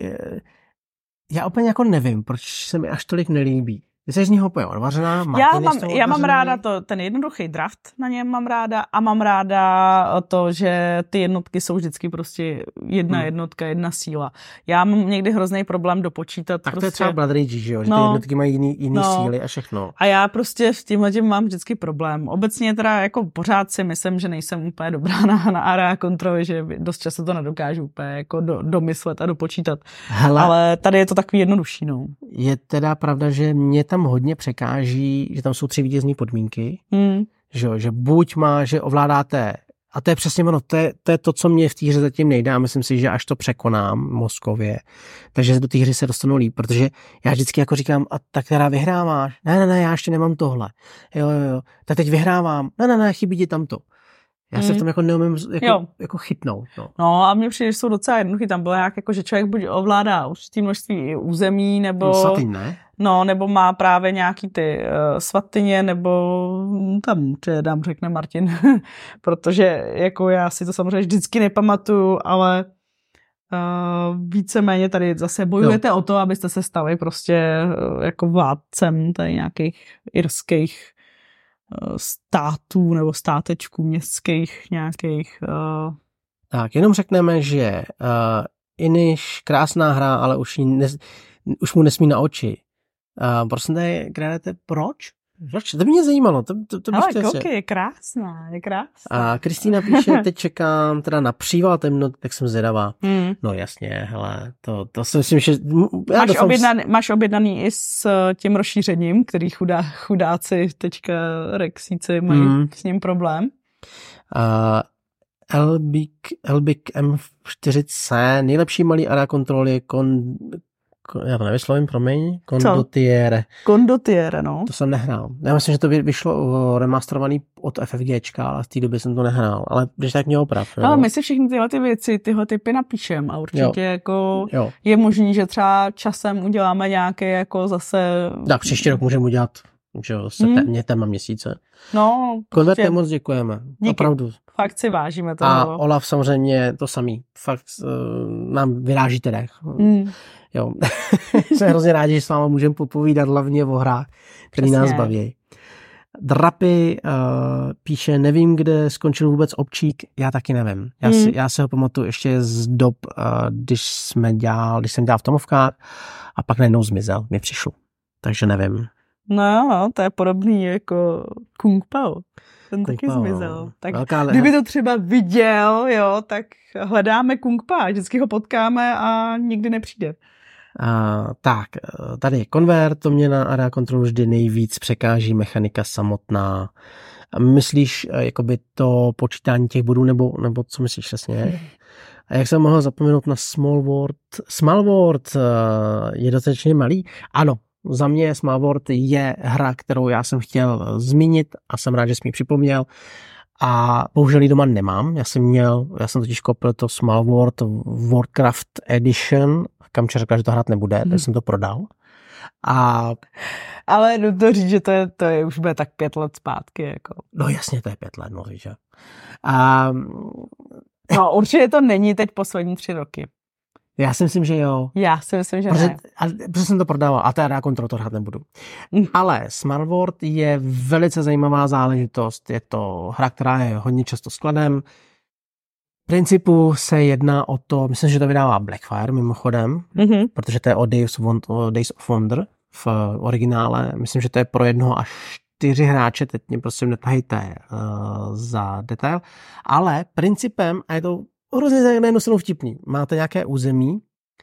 já úplně jako nevím, proč se mi až tolik nelíbí. Ty jsi z něho úplně odvařená. Já mám, já mám ráda to, ten jednoduchý draft na něm mám ráda a mám ráda to, že ty jednotky jsou vždycky prostě jedna hmm. jednotka, jedna síla. Já mám někdy hrozný problém dopočítat. Tak prostě... to je třeba Blood Rage, že jo? Že no, ty jednotky mají jiný, jiný no. síly a všechno. A já prostě s tímhletím mám vždycky problém. Obecně teda jako pořád si myslím, že nejsem úplně dobrá na, na area kontroly, že dost často to nedokážu úplně jako do, domyslet a dopočítat. Hele, ale tady je to takový jednodušší, no. Je teda pravda, že mě tam hodně překáží, že tam jsou tři vítězní podmínky, hmm. že, že buď má, že ovládáte, a to je přesně ono, to je, to je to, co mě v té hře zatím nejde a myslím si, že až to překonám mozkově, takže do té hry se dostanu líp, protože já vždycky jako říkám, a tak teda vyhráváš, ne, ne, ne, já ještě nemám tohle, jo, jo, jo, tak teď vyhrávám, ne, ne, ne, chybí ti tamto. Já se v tom jako neumím jako, jako chytnout. No. no a mně přijde, že jsou docela jednoduchý. Tam bylo nějak jako, že člověk buď ovládá určitý množství území, nebo... Svatyň, ne? No, nebo má právě nějaký ty uh, svatyně, nebo tam, če dám řekne Martin, protože jako já si to samozřejmě vždycky nepamatuju, ale uh, víceméně tady zase bojujete jo. o to, abyste se stali prostě uh, jako vládcem tady nějakých irských států nebo státečků městských nějakých. Uh... Tak, jenom řekneme, že uh, Inish, krásná hra, ale už, ne, už mu nesmí na oči. Uh, prosím, tady hrajete proč? Proč? To by mě zajímalo. To, to, to ale koukej, je krásná, je krásná. A Kristýna píše, teď čekám teda na příval temnot, tak jsem zvědavá. Hmm. No jasně, hele, to, to si myslím, že... Já máš, objednaný, máš objednaný i s tím rozšířením, který chudá, chudáci teďka Rexíci mají hmm. s ním problém. Uh, Elbik, Elbik M čtyři C, nejlepší malý area kontroly kon, já to nevyslovím, promiň, Condottiere. Condottiere, no. To jsem nehrál. Já myslím, že to vyšlo remasterovaný od FFGčka, ale v té době jsem to nehrál. Ale když tak mě oprav. Ale my si všechny tyhle ty věci, tyhle typy napíšem a určitě jo. jako jo. je možný, že třeba časem uděláme nějaké jako zase... Tak příští rok můžeme udělat, že jo, se hmm. mě téma měsíce. No. Konvertě moc děkujeme. Díky. Opravdu. Fakt si vážíme toho. A Olaf samozřejmě to samý. Fakt uh, nám vyráží dech. Hmm. Jo. Jsem hrozně rádi, že s vámi můžeme popovídat hlavně o hrách, které nás baví. Drapy uh, píše, nevím, kde skončil vůbec Občík, já taky nevím. Já, hmm. si, já se ho pamatuju ještě z dob, uh, když jsme dělal, když jsem dělal v Tomovkách a pak najednou zmizel, mi přišlo. Takže nevím. No jo, no, to je podobný jako Kung Pao. Ten Kung taky Pao. Zmizel. Tak velká kdyby to třeba viděl, jo, tak hledáme Kung Pao, vždycky ho potkáme a nikdy nepřijde. Uh, tak, tady Convert, to mě na Area Control vždy nejvíc překáží mechanika samotná. Myslíš, jakoby to počítání těch bodů, nebo, nebo co myslíš přesně? A jak jsem mohl zapomenout na Small World? Small World uh, je dostatečně malý? Ano, za mě Small World je hra, kterou já jsem chtěl zmínit a jsem rád, že jsi mi připomněl. A bohužel ji doma nemám. Já jsem měl, já jsem totiž koupil to Small World Warcraft Edition, Kamče řekla, že to hrát nebude, hmm. tak jsem to prodal. A... Ale jdu to říct, že to je, to je už bude tak pět let zpátky. Jako. No jasně, to je pět let, no víš, že? A... No určitě to není teď poslední tři roky. Já si myslím, že jo. Já si myslím, že protože, ne. A, protože jsem to prodával a teda Control to hrát nebudu. Mm. Ale Small World je velice zajímavá záležitost. Je to hra, která je hodně často skladem. V principu se jedná o to, myslím, že to vydává Blackfire mimochodem, mm-hmm. protože to je o Days of, Days of Wonder v originále. Myslím, že to je pro jednoho až čtyři hráče, teď mě prosím netahejte uh, za detail. Ale principem, a je to hrozně na jednu stranu vtipný. Máte nějaké území,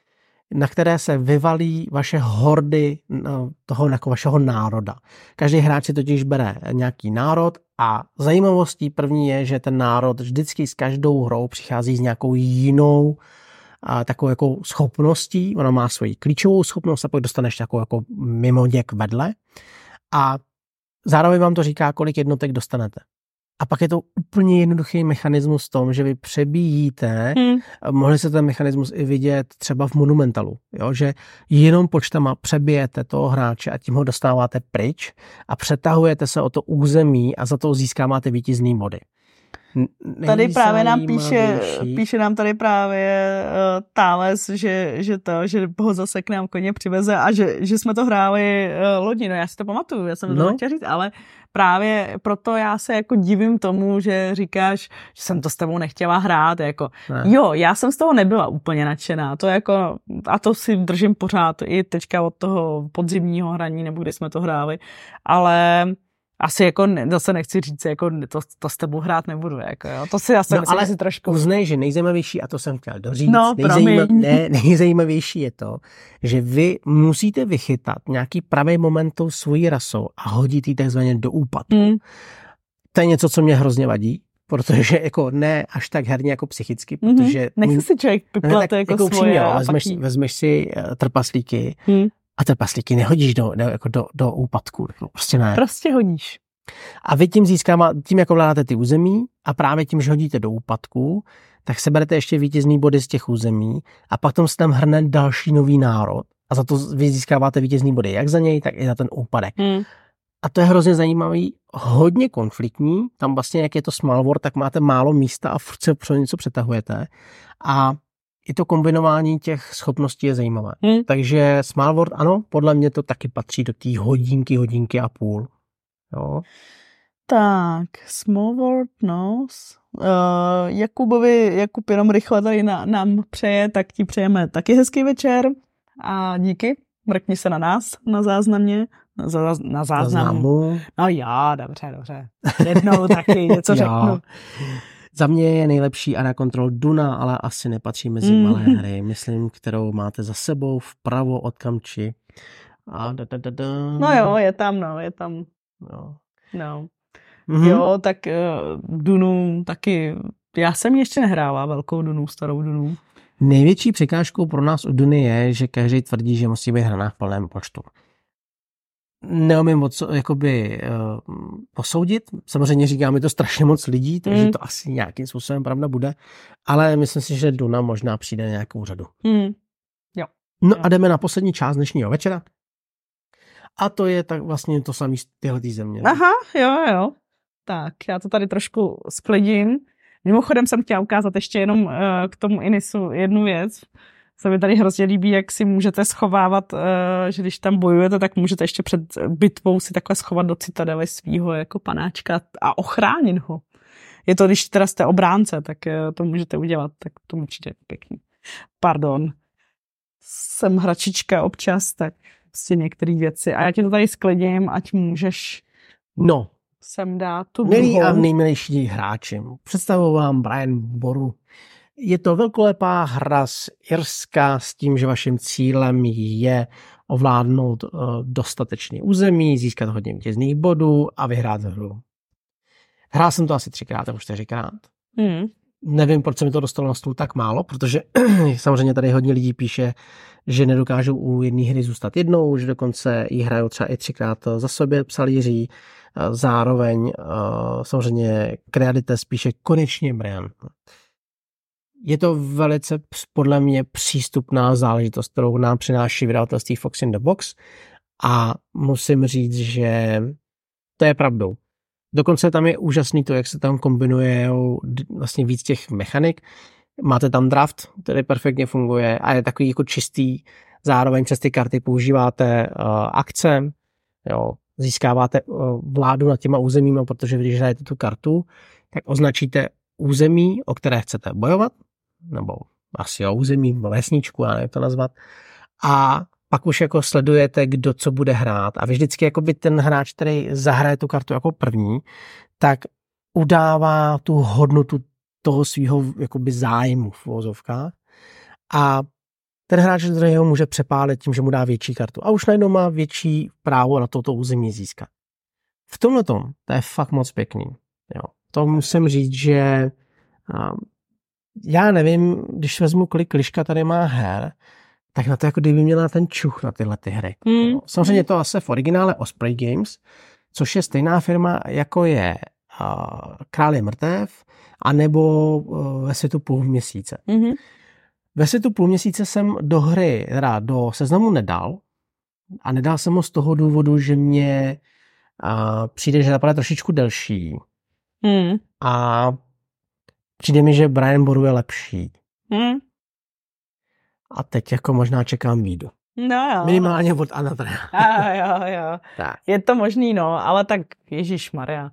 na které se vyvalí vaše hordy toho jako vašeho národa. Každý hráč si totiž bere nějaký národ a zajímavostí první je, že ten národ vždycky s každou hrou přichází s nějakou jinou a takovou jako schopností. Ona má svoji klíčovou schopnost a pak dostaneš takovou jako mimoděk vedle. A zároveň vám to říká, kolik jednotek dostanete. A pak je to úplně jednoduchý mechanismus v tom, že vy přebíjíte, hmm. mohli se ten mechanismus i vidět třeba v Monumentalu, jo? Že jenom počtama přebijete toho hráče a tím ho dostáváte pryč a přetahujete se o to území a za to získáváte vítězný body. Tady právě nám píše, píše nám tady právě uh, Thales, že, že to, že ho zase k nám koně přiveze a že, že jsme to hráli uh, loni, no já si to pamatuju, já jsem to no. chtěla říct, ale právě proto já se jako divím tomu, že říkáš, že jsem to s tebou nechtěla hrát, jako ne. Jo, já jsem z toho nebyla úplně nadšená, to jako, a to si držím pořád i teďka od toho podzimního hraní, nebo kdy jsme to hráli, ale asi jako ne, zase nechci říct, jako to, to s tebou hrát nebudu, jako jo. To si zase no, myslím, ale si trošku... uznej, že nejzajímavější, a to jsem chtěl doříct, no, nejzajíma, ne, nejzajímavější je to, že vy musíte vychytat nějaký pravý moment tou svojí rasou a hodit ji takzvaně do úpadku. Hmm. To je něco, co mě hrozně vadí, protože jako ne až tak herně jako psychicky, protože... Mm-hmm. Nechce si člověk piplat jako, jako svoje jo, vezmeš, vezmeš si uh, trpaslíky hmm. a trpaslíky nehodíš do, ne, jako do, do úpadku. No, prostě ne. Prostě hodíš. A vy tím získáváte, tím jako vládáte ty území a právě tím, že hodíte do úpadku, tak seberete ještě vítězný body z těch území a pak tam se tam hrne další nový národ a za to vy získáváte vítězný body jak za něj, tak i za ten úpadek. Hmm. A to je hrozně zajímavý, hodně konfliktní, tam vlastně jak je to Small World, tak máte málo místa a furt se pro něco přetahujete a i to kombinování těch schopností je zajímavé. Hmm. Takže Small World, ano, podle mě to taky patří do té hodinky, hodinky a půl. Jo. Tak, Small World Knows. Uh, Jakubovi, Jakub jenom rychle tady na, nám přeje, tak ti přejeme taky hezký večer a díky. Mrkni se na nás, na záznamě. Na, za, na záznamu. No jo, dobře, dobře. Jednou taky něco řeknu. Za mě je nejlepší Area Control Duna, ale asi nepatří mezi mm. malé hry. Myslím, kterou máte za sebou vpravo od Kamči. A da, da, da, da. No jo, je tam, no, je tam. No. No. Mm-hmm. Jo, tak uh, Dunu taky já jsem ještě nehrála velkou Dunu, starou Dunu. Největší překážkou pro nás u Duny je, že každý tvrdí, že musí být hraná v plném počtu. Neumím moc jakoby uh, posoudit. Samozřejmě říká mi to strašně moc lidí, takže mm. to asi nějakým způsobem pravda bude, ale myslím si, že Duna možná přijde na nějakou řadu. Mm. Jo. No jo. a jdeme na poslední část dnešního večera. A to je tak vlastně to samé z tyhletý země. Aha, jo, jo. Tak, já to tady trošku sklidím. Mimochodem jsem chtěla ukázat ještě jenom uh, k tomu Inisu jednu věc. Se mi tady hrozně líbí, jak si můžete schovávat, uh, že když tam bojujete, tak můžete ještě před bitvou si takhle schovat do citadely svýho jako panáčka a ochránit ho. Je to, když teda jste obránce, tak uh, to můžete udělat, tak to určitě pěkný. Pardon. Jsem hračička občas, tak prostě některé věci. A já ti to tady sklidím, ať můžeš no. sem dát tu Milí druhou. a nejmilejší hráči, představuji vám Brian Boru. Je to velkolepá hra z Irska s tím, že vaším cílem je ovládnout uh, dostatečný území, získat hodně vítězných bodů a vyhrát hru. Hrál jsem to asi třikrát nebo čtyřikrát. Hmm. Nevím, proč se mi to dostalo na stůl tak málo, protože samozřejmě tady hodně lidí píše, že nedokážou u jedné hry zůstat jednou, že dokonce ji hrajou třeba i třikrát za sobě, psal Jiří. Zároveň uh, samozřejmě Creadites píše konečně Brian. Je to velice podle mě přístupná záležitost, kterou nám přináší vydavatelství Fox in the Box a musím říct, že to je pravdou. Dokonce tam je úžasný to, jak se tam kombinuje vlastně víc těch mechanik. Máte tam draft, který perfektně funguje a je takový jako čistý. Zároveň přes ty karty používáte uh, akce, jo, získáváte uh, vládu nad těma územíma, protože když hrajete tu kartu, tak označíte území, o které chcete bojovat, nebo asi o území, vesničku, já nevím, jak to nazvat. A pak už jako sledujete, kdo co bude hrát. A vy vždycky jakoby ten hráč, který zahraje tu kartu jako první, tak udává tu hodnotu toho svého jakoby zájmu v uvozovkách. A ten hráč druhého může přepálit tím, že mu dá větší kartu. A už najednou má větší právo na toto území získat. V tomhletom to je fakt moc pěkný. Jo. To musím říct, že um, já nevím, když vezmu, kolik Liška tady má her, tak na to jako kdyby měla ten čuch na tyhle ty hry. Mm. Samozřejmě to asi v originále Osprey Games, což je stejná firma, jako je uh, Král je mrtev, anebo uh, Ve světu půl měsíce. Mm-hmm. Ve světu půl měsíce jsem do hry, teda do seznamu nedal a nedal jsem ho z toho důvodu, že mě uh, přijde, že zapadá trošičku delší. Mm. A přijde mi, že Brian Boru je lepší. Mm. A teď jako možná čekám výjdu. No jo. Minimálně od Anatra. A jo, jo. Tak. Je to možný, no, ale tak ježišmarja.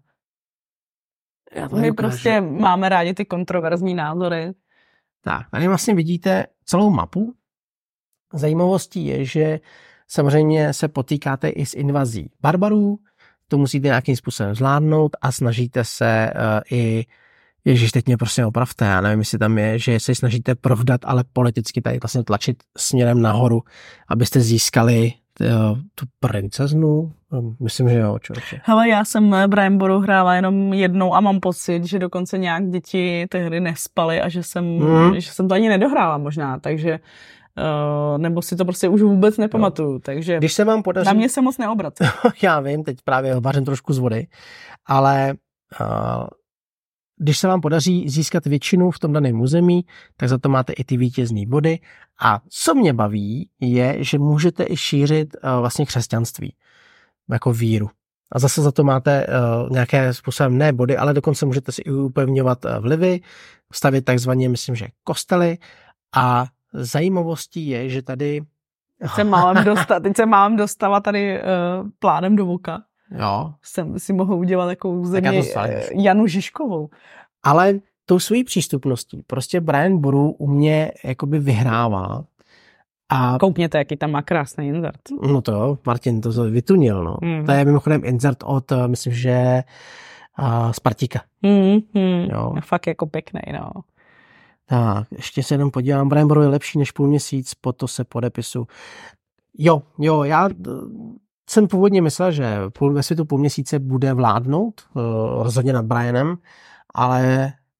My prostě máme rádi ty kontroverzní názory. Tak, tady vlastně vidíte celou mapu. Zajímavostí je, že samozřejmě se potýkáte i s invazí barbarů, to musíte nějakým způsobem zvládnout a snažíte se uh, i Ježíš, teď mě prostě opravte, já nevím, jestli tam je, že se snažíte provdat, ale politicky tady vlastně tlačit směrem nahoru, abyste získali uh, tu princeznu. Myslím, že jo, člověče. Hele, já jsem Brian Boru hrála jenom jednou a mám pocit, že dokonce nějak děti té hry nespaly a že jsem, mm. že jsem to ani nedohrála možná, takže uh, nebo si to prostě už vůbec nepamatuju, no. Takže když se vám podaří... na mě se moc neobrací. Já vím, teď právě vařím trošku z vody, ale uh, když se vám podaří získat většinu v tom daném území, tak za to máte i ty vítězný body. A co mě baví, je, že můžete i šířit uh, vlastně křesťanství jako víru. A zase za to máte uh, nějaké způsobem ne body, ale dokonce můžete si i upevňovat uh, vlivy, stavit takzvaně, myslím, že kostely. A zajímavostí je, že tady... Teď se mám dostat, teď se mám dostala tady uh, plánem do voka. Jo. Jsem si mohl udělat takovou zemi Janu Žižkovou. Ale tou svojí přístupností prostě Brian Boru u mě jakoby vyhrává. A koukněte, jaký tam má krásný insert. No to jo, Martin to vytunil, no. Mm. To je mimochodem insert od, myslím, že uh, Spartika. Mm, mm. Jo. Fakt jako pěkný, no. Tak, ještě se jenom podívám. Brian Boru je lepší než půl měsíc, po to se podepisu. Jo, jo, já jsem původně myslel, že půl, ve světu půl měsíce bude vládnout, uh, rozhodně nad Brianem, ale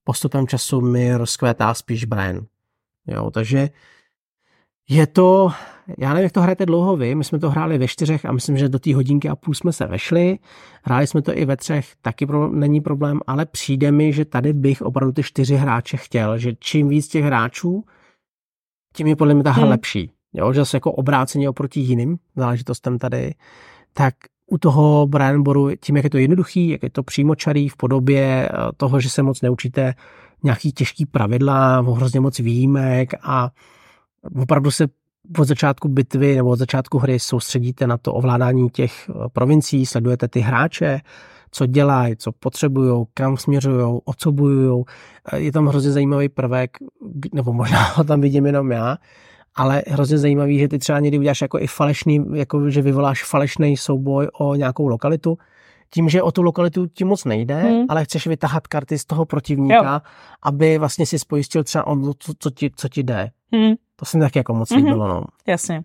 postupem času mi rozkvétá spíš Brian. Jo, takže je to, já nevím, jak to hrajete dlouho vy, my jsme to hráli ve čtyřech a myslím, že do té hodinky a půl jsme se vešli, hráli jsme to i ve třech, taky pro, není problém, ale přijde mi, že tady bych opravdu ty čtyři hráče chtěl, že čím víc těch hráčů, tím je podle mě ta hra hmm. lepší. Jo, že zase jako obráceně oproti jiným záležitostem tady, tak u toho Brian Boru, tím, jak je to jednoduchý, jak je to přímočarý v podobě toho, že se moc neučíte nějaký těžký pravidla, hrozně moc výjimek a opravdu se od začátku bitvy nebo od začátku hry soustředíte na to ovládání těch provincií, sledujete ty hráče, co dělají, co potřebujou, kam směřují, o co bojují. Je tam hrozně zajímavý prvek, nebo možná ho tam vidím jenom já, ale hrozně zajímavý, že ty třeba někdy uděláš jako i falešný, jako že vyvoláš falešný souboj o nějakou lokalitu, tím, že o tu lokalitu ti moc nejde, hmm. ale chceš vytahat karty z toho protivníka, jo. aby vlastně si spojistil třeba on, co, co, ti, co ti jde. Hmm. To se mi taky jako moc líbilo. Mm-hmm. No. Jasně.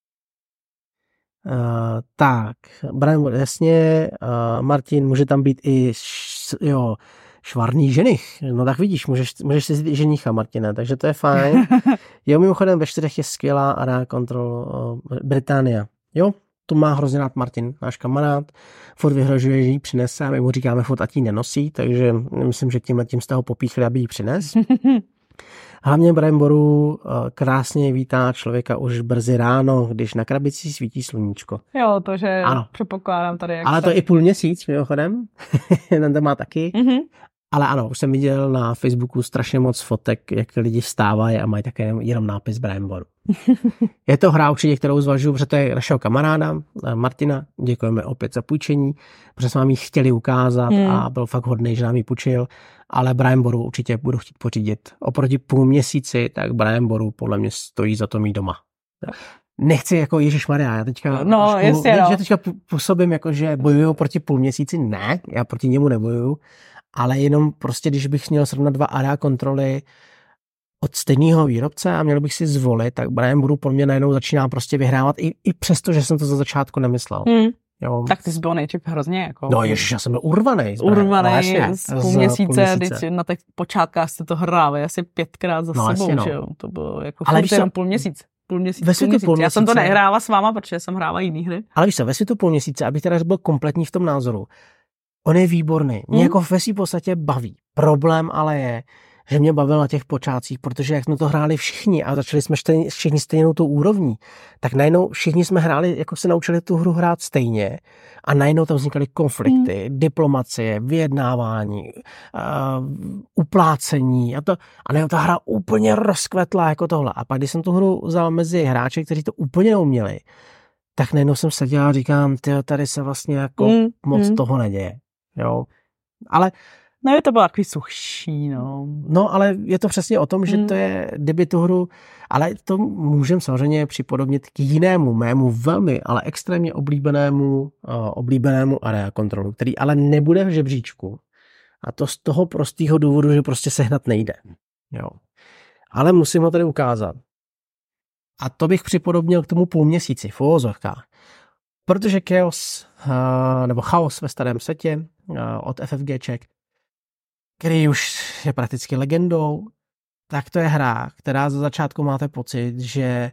Uh, tak, Brian, jasně, uh, Martin, může tam být i š, jo, švarný ženich. No tak vidíš, můžeš, můžeš si vzít i ženicha, Martina, takže to je fajn. Jo, mimochodem ve čtyřech je skvělá Area Control uh, Británia. Jo, to má hrozně rád Martin, náš kamarád. Furt vyhrožuje, že ji přinese a my mu říkáme furt, ať ji nenosí, takže myslím, že tímhle tím jste ho popíchli, aby ji přines. Hlavně Brian Boru krásně vítá člověka už brzy ráno, když na krabici svítí sluníčko. Jo, to, že ano. Předpokládám tady. Jak ale to i půl měsíc, mimochodem. Ten to má taky. Mm-hmm. Ale ano, už jsem viděl na Facebooku strašně moc fotek, jak lidi vstávají a mají také jenom nápis Brian Boru. Je to hra určitě, kterou zvažuji, protože to je našeho kamaráda Martina. Děkujeme opět za půjčení, protože jsme vám ji chtěli ukázat hmm. a byl fakt hodný, že nám ji půjčil. Ale Brian Boru určitě budu chtít pořídit. Oproti půl měsíci, tak Brian Boru podle mě stojí za to mít doma. Nechci jako ježišmarja, já teďka, no, trošku, jestli, no. že teďka působím jako, že bojuju proti půl měsíci. Ne, já proti němu nebojuju. Ale jenom prostě, když bych měl srovnat dva Area Controly od stejného výrobce a měl bych si zvolit, tak Brian Boru po mě najednou začíná prostě vyhrávat i, i přesto, že jsem to za začátku nemyslel. Hmm. Jo. Tak ty jsi byl nejdřív hrozně jako... No ježiš, já jsem byl urvaný. Urvaný no, z půl měsíce, měsíce. Na těch počátkách jste to hráli asi pětkrát za no, sebou, jasně, no. že jo? To bylo jako ale furt jenom půl měsíc. Půl měsíc, půl měsíc. Půl měsíce. Já jsem to nehrála s váma, protože jsem hrála jiný hry. Ale víš co, ve světu půl měsíce, abych teda byl kompletní v tom názoru, on je výborný. Mě hmm. jako ve svý podstatě baví. Problém ale je, že mě bavil na těch počátcích, protože jak jsme to hráli všichni a začali jsme stejně, všichni stejnou tou úrovní, tak najednou všichni jsme hráli, jako se naučili tu hru hrát stejně a najednou tam vznikaly konflikty, hmm. diplomacie, vyjednávání, uh, uplácení a to. A najednou ta hra úplně rozkvetla jako tohle. A pak, když jsem tu hru vzal mezi hráče, kteří to úplně neuměli, tak najednou jsem seděl a říkám, tyjo, tady se vlastně jako hmm. moc hmm. toho neděje. Jo. Ale no, to bylo takový suchší, no. No, ale je to přesně o tom, že hmm. to je, kdyby tu hru, ale to můžeme samozřejmě připodobnit k jinému, mému velmi, ale extrémně oblíbenému, uh, oblíbenému Area Controlu, který ale nebude v žebříčku. A to z toho prostého důvodu, že prostě sehnat nejde. Jo. Ale musím ho tady ukázat. A to bych připodobnil k tomu půl měsíci v uvozovkách. Protože Chaos, uh, nebo Chaos ve starém světě uh, od FFGček, který už je prakticky legendou, tak to je hra, která za začátku máte pocit, že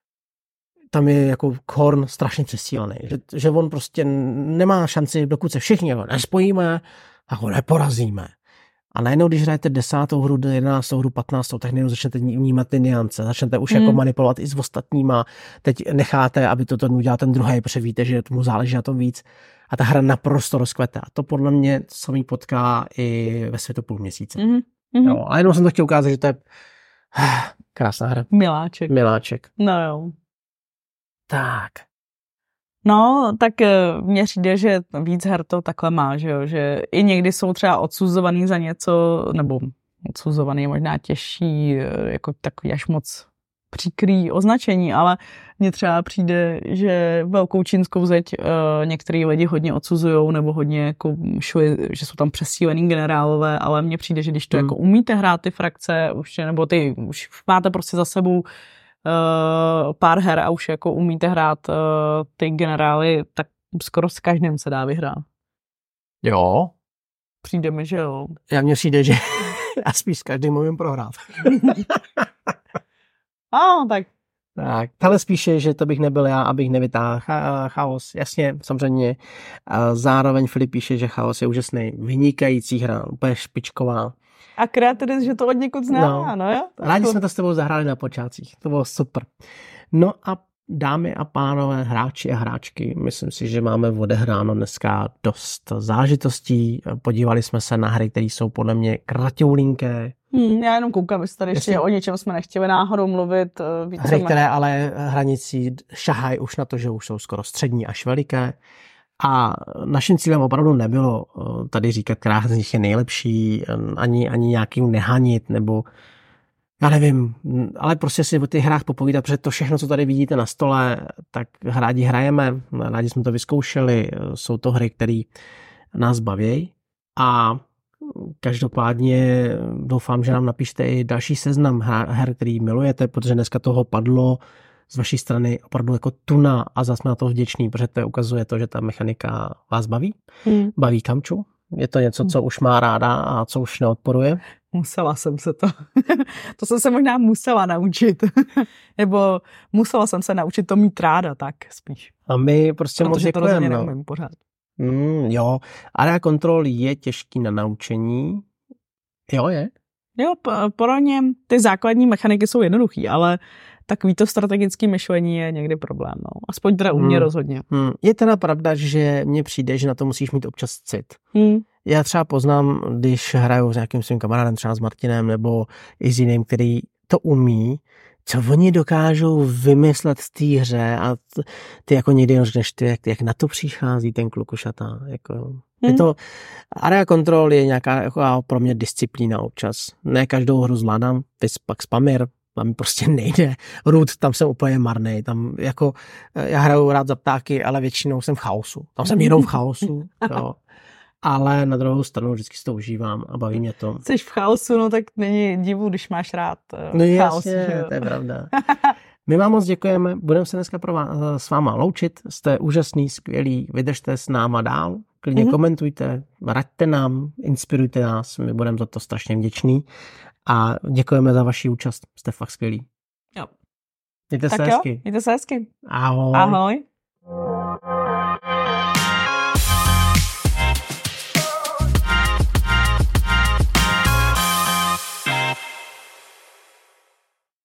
tam je jako Korn strašně přesílený, že, že on prostě nemá šanci, dokud se všichni ho nespojíme, tak ho neporazíme. A najednou, když hrajete desátou hru, jedenáctou hru, patnáctou, tak najednou začnete vnímat ty niance, začnete už hmm. jako manipulovat i s ostatníma, teď necháte, aby to ten udělal ten druhý, protože víte, že tomu záleží na tom víc. A ta hra naprosto rozkvetá. To podle mě samý potká i ve světu půl měsíce. Mm-hmm. Jo, a jenom jsem to chtěl ukázat, že to je krásná hra. Miláček. Miláček. No jo. Tak. No, tak mně přijde, že víc her to takhle má, že jo, že i někdy jsou třeba odsuzovaný za něco, nebo odsuzovaný je možná těžší, jako takový až moc příkrý označení, ale mně třeba přijde, že velkou čínskou zeď uh, některý lidi hodně odsuzujou nebo hodně jako šli, že jsou tam přesílený generálové, ale mně přijde, že když to hmm. jako umíte hrát ty frakce, už, nebo ty už máte prostě za sebou uh, pár her a už jako umíte hrát uh, ty generály, tak skoro s každým se dá vyhrát. Jo. Přijde mi, že jo. Já mně přijde, že Já spíš s každým mluvím prohrát. Ano, tak. Tak, tohle spíše, že to bych nebyl já, abych nevytáhl Chaos. Jasně, samozřejmě. Zároveň Filip píše, že Chaos je úžasný, vynikající hra, úplně špičková. A Creatoris, že to od někud zná, no, no jo? Rádi jsme to s tebou zahráli na počátcích, to bylo super. No a dámy a pánové, hráči a hráčky, myslím si, že máme odehráno dneska dost zážitostí. Podívali jsme se na hry, které jsou podle mě kratoulinké. Hmm, já jenom koukám, jestli tady ještě o něčem jsme nechtěli náhodou mluvit. Více hry, které ale hranicí šahají už na to, že už jsou skoro střední až veliké. A naším cílem opravdu nebylo tady říkat, která z nich je nejlepší, ani, ani nějaký nehanit, nebo já nevím, ale prostě si o těch hrách popovídat, protože to všechno, co tady vidíte na stole, tak rádi hrajeme, rádi jsme to vyzkoušeli, jsou to hry, které nás baví a každopádně doufám, že nám napíšte i další seznam her, který milujete, protože dneska toho padlo z vaší strany opravdu jako tuna a zase jsme na to vděční, protože to ukazuje to, že ta mechanika vás baví, hmm. baví Kamču. Je to něco, co už má ráda a co už neodporuje? Musela jsem se to. To jsem se možná musela naučit. Nebo musela jsem se naučit to mít ráda, tak spíš. A my prostě moc děkujeme. Protože to neumím pořád. Mm, jo, Area Control je těžký na naučení. Jo, je? Jo, pro ně ty základní mechaniky jsou jednoduchý, ale takový to strategické myšlení je někdy problém. No. Aspoň teda u mě hmm. rozhodně. Hmm. Je teda pravda, že mně přijde, že na to musíš mít občas cit. Hmm. Já třeba poznám, když hraju s nějakým svým kamarádem, třeba s Martinem, nebo i s jiným, který to umí, co oni dokážou vymyslet v té hře a ty, ty jako někdy jenom řekneš, ty, jak, jak na to přichází ten klukušata. Jako, hmm. je to, Area Control je nějaká jako, pro mě disciplína občas. Ne každou hru zvládám, vys pak Spamir, tam prostě nejde. Root, tam jsem úplně marnej. Tam jako, já hraju rád za ptáky, ale většinou jsem v chaosu. Tam jsem jenom v chaosu. Jo. Ale na druhou stranu vždycky si to užívám a baví mě to. Jsi v chaosu, no tak není divu, když máš rád uh, no chaos. Jasně, to je pravda. My vám moc děkujeme, budeme se dneska pro vás, s váma loučit. Jste úžasný, skvělý, vydržte s náma dál. Klidně mm-hmm. komentujte, raďte nám, inspirujte nás, my budeme za to strašně vděční. A děkujeme za vaši účast. Jste fakt skvělí. Jo. Mějte tak se jo, hezky. mějte se hezky. Ahoj. Ahoj.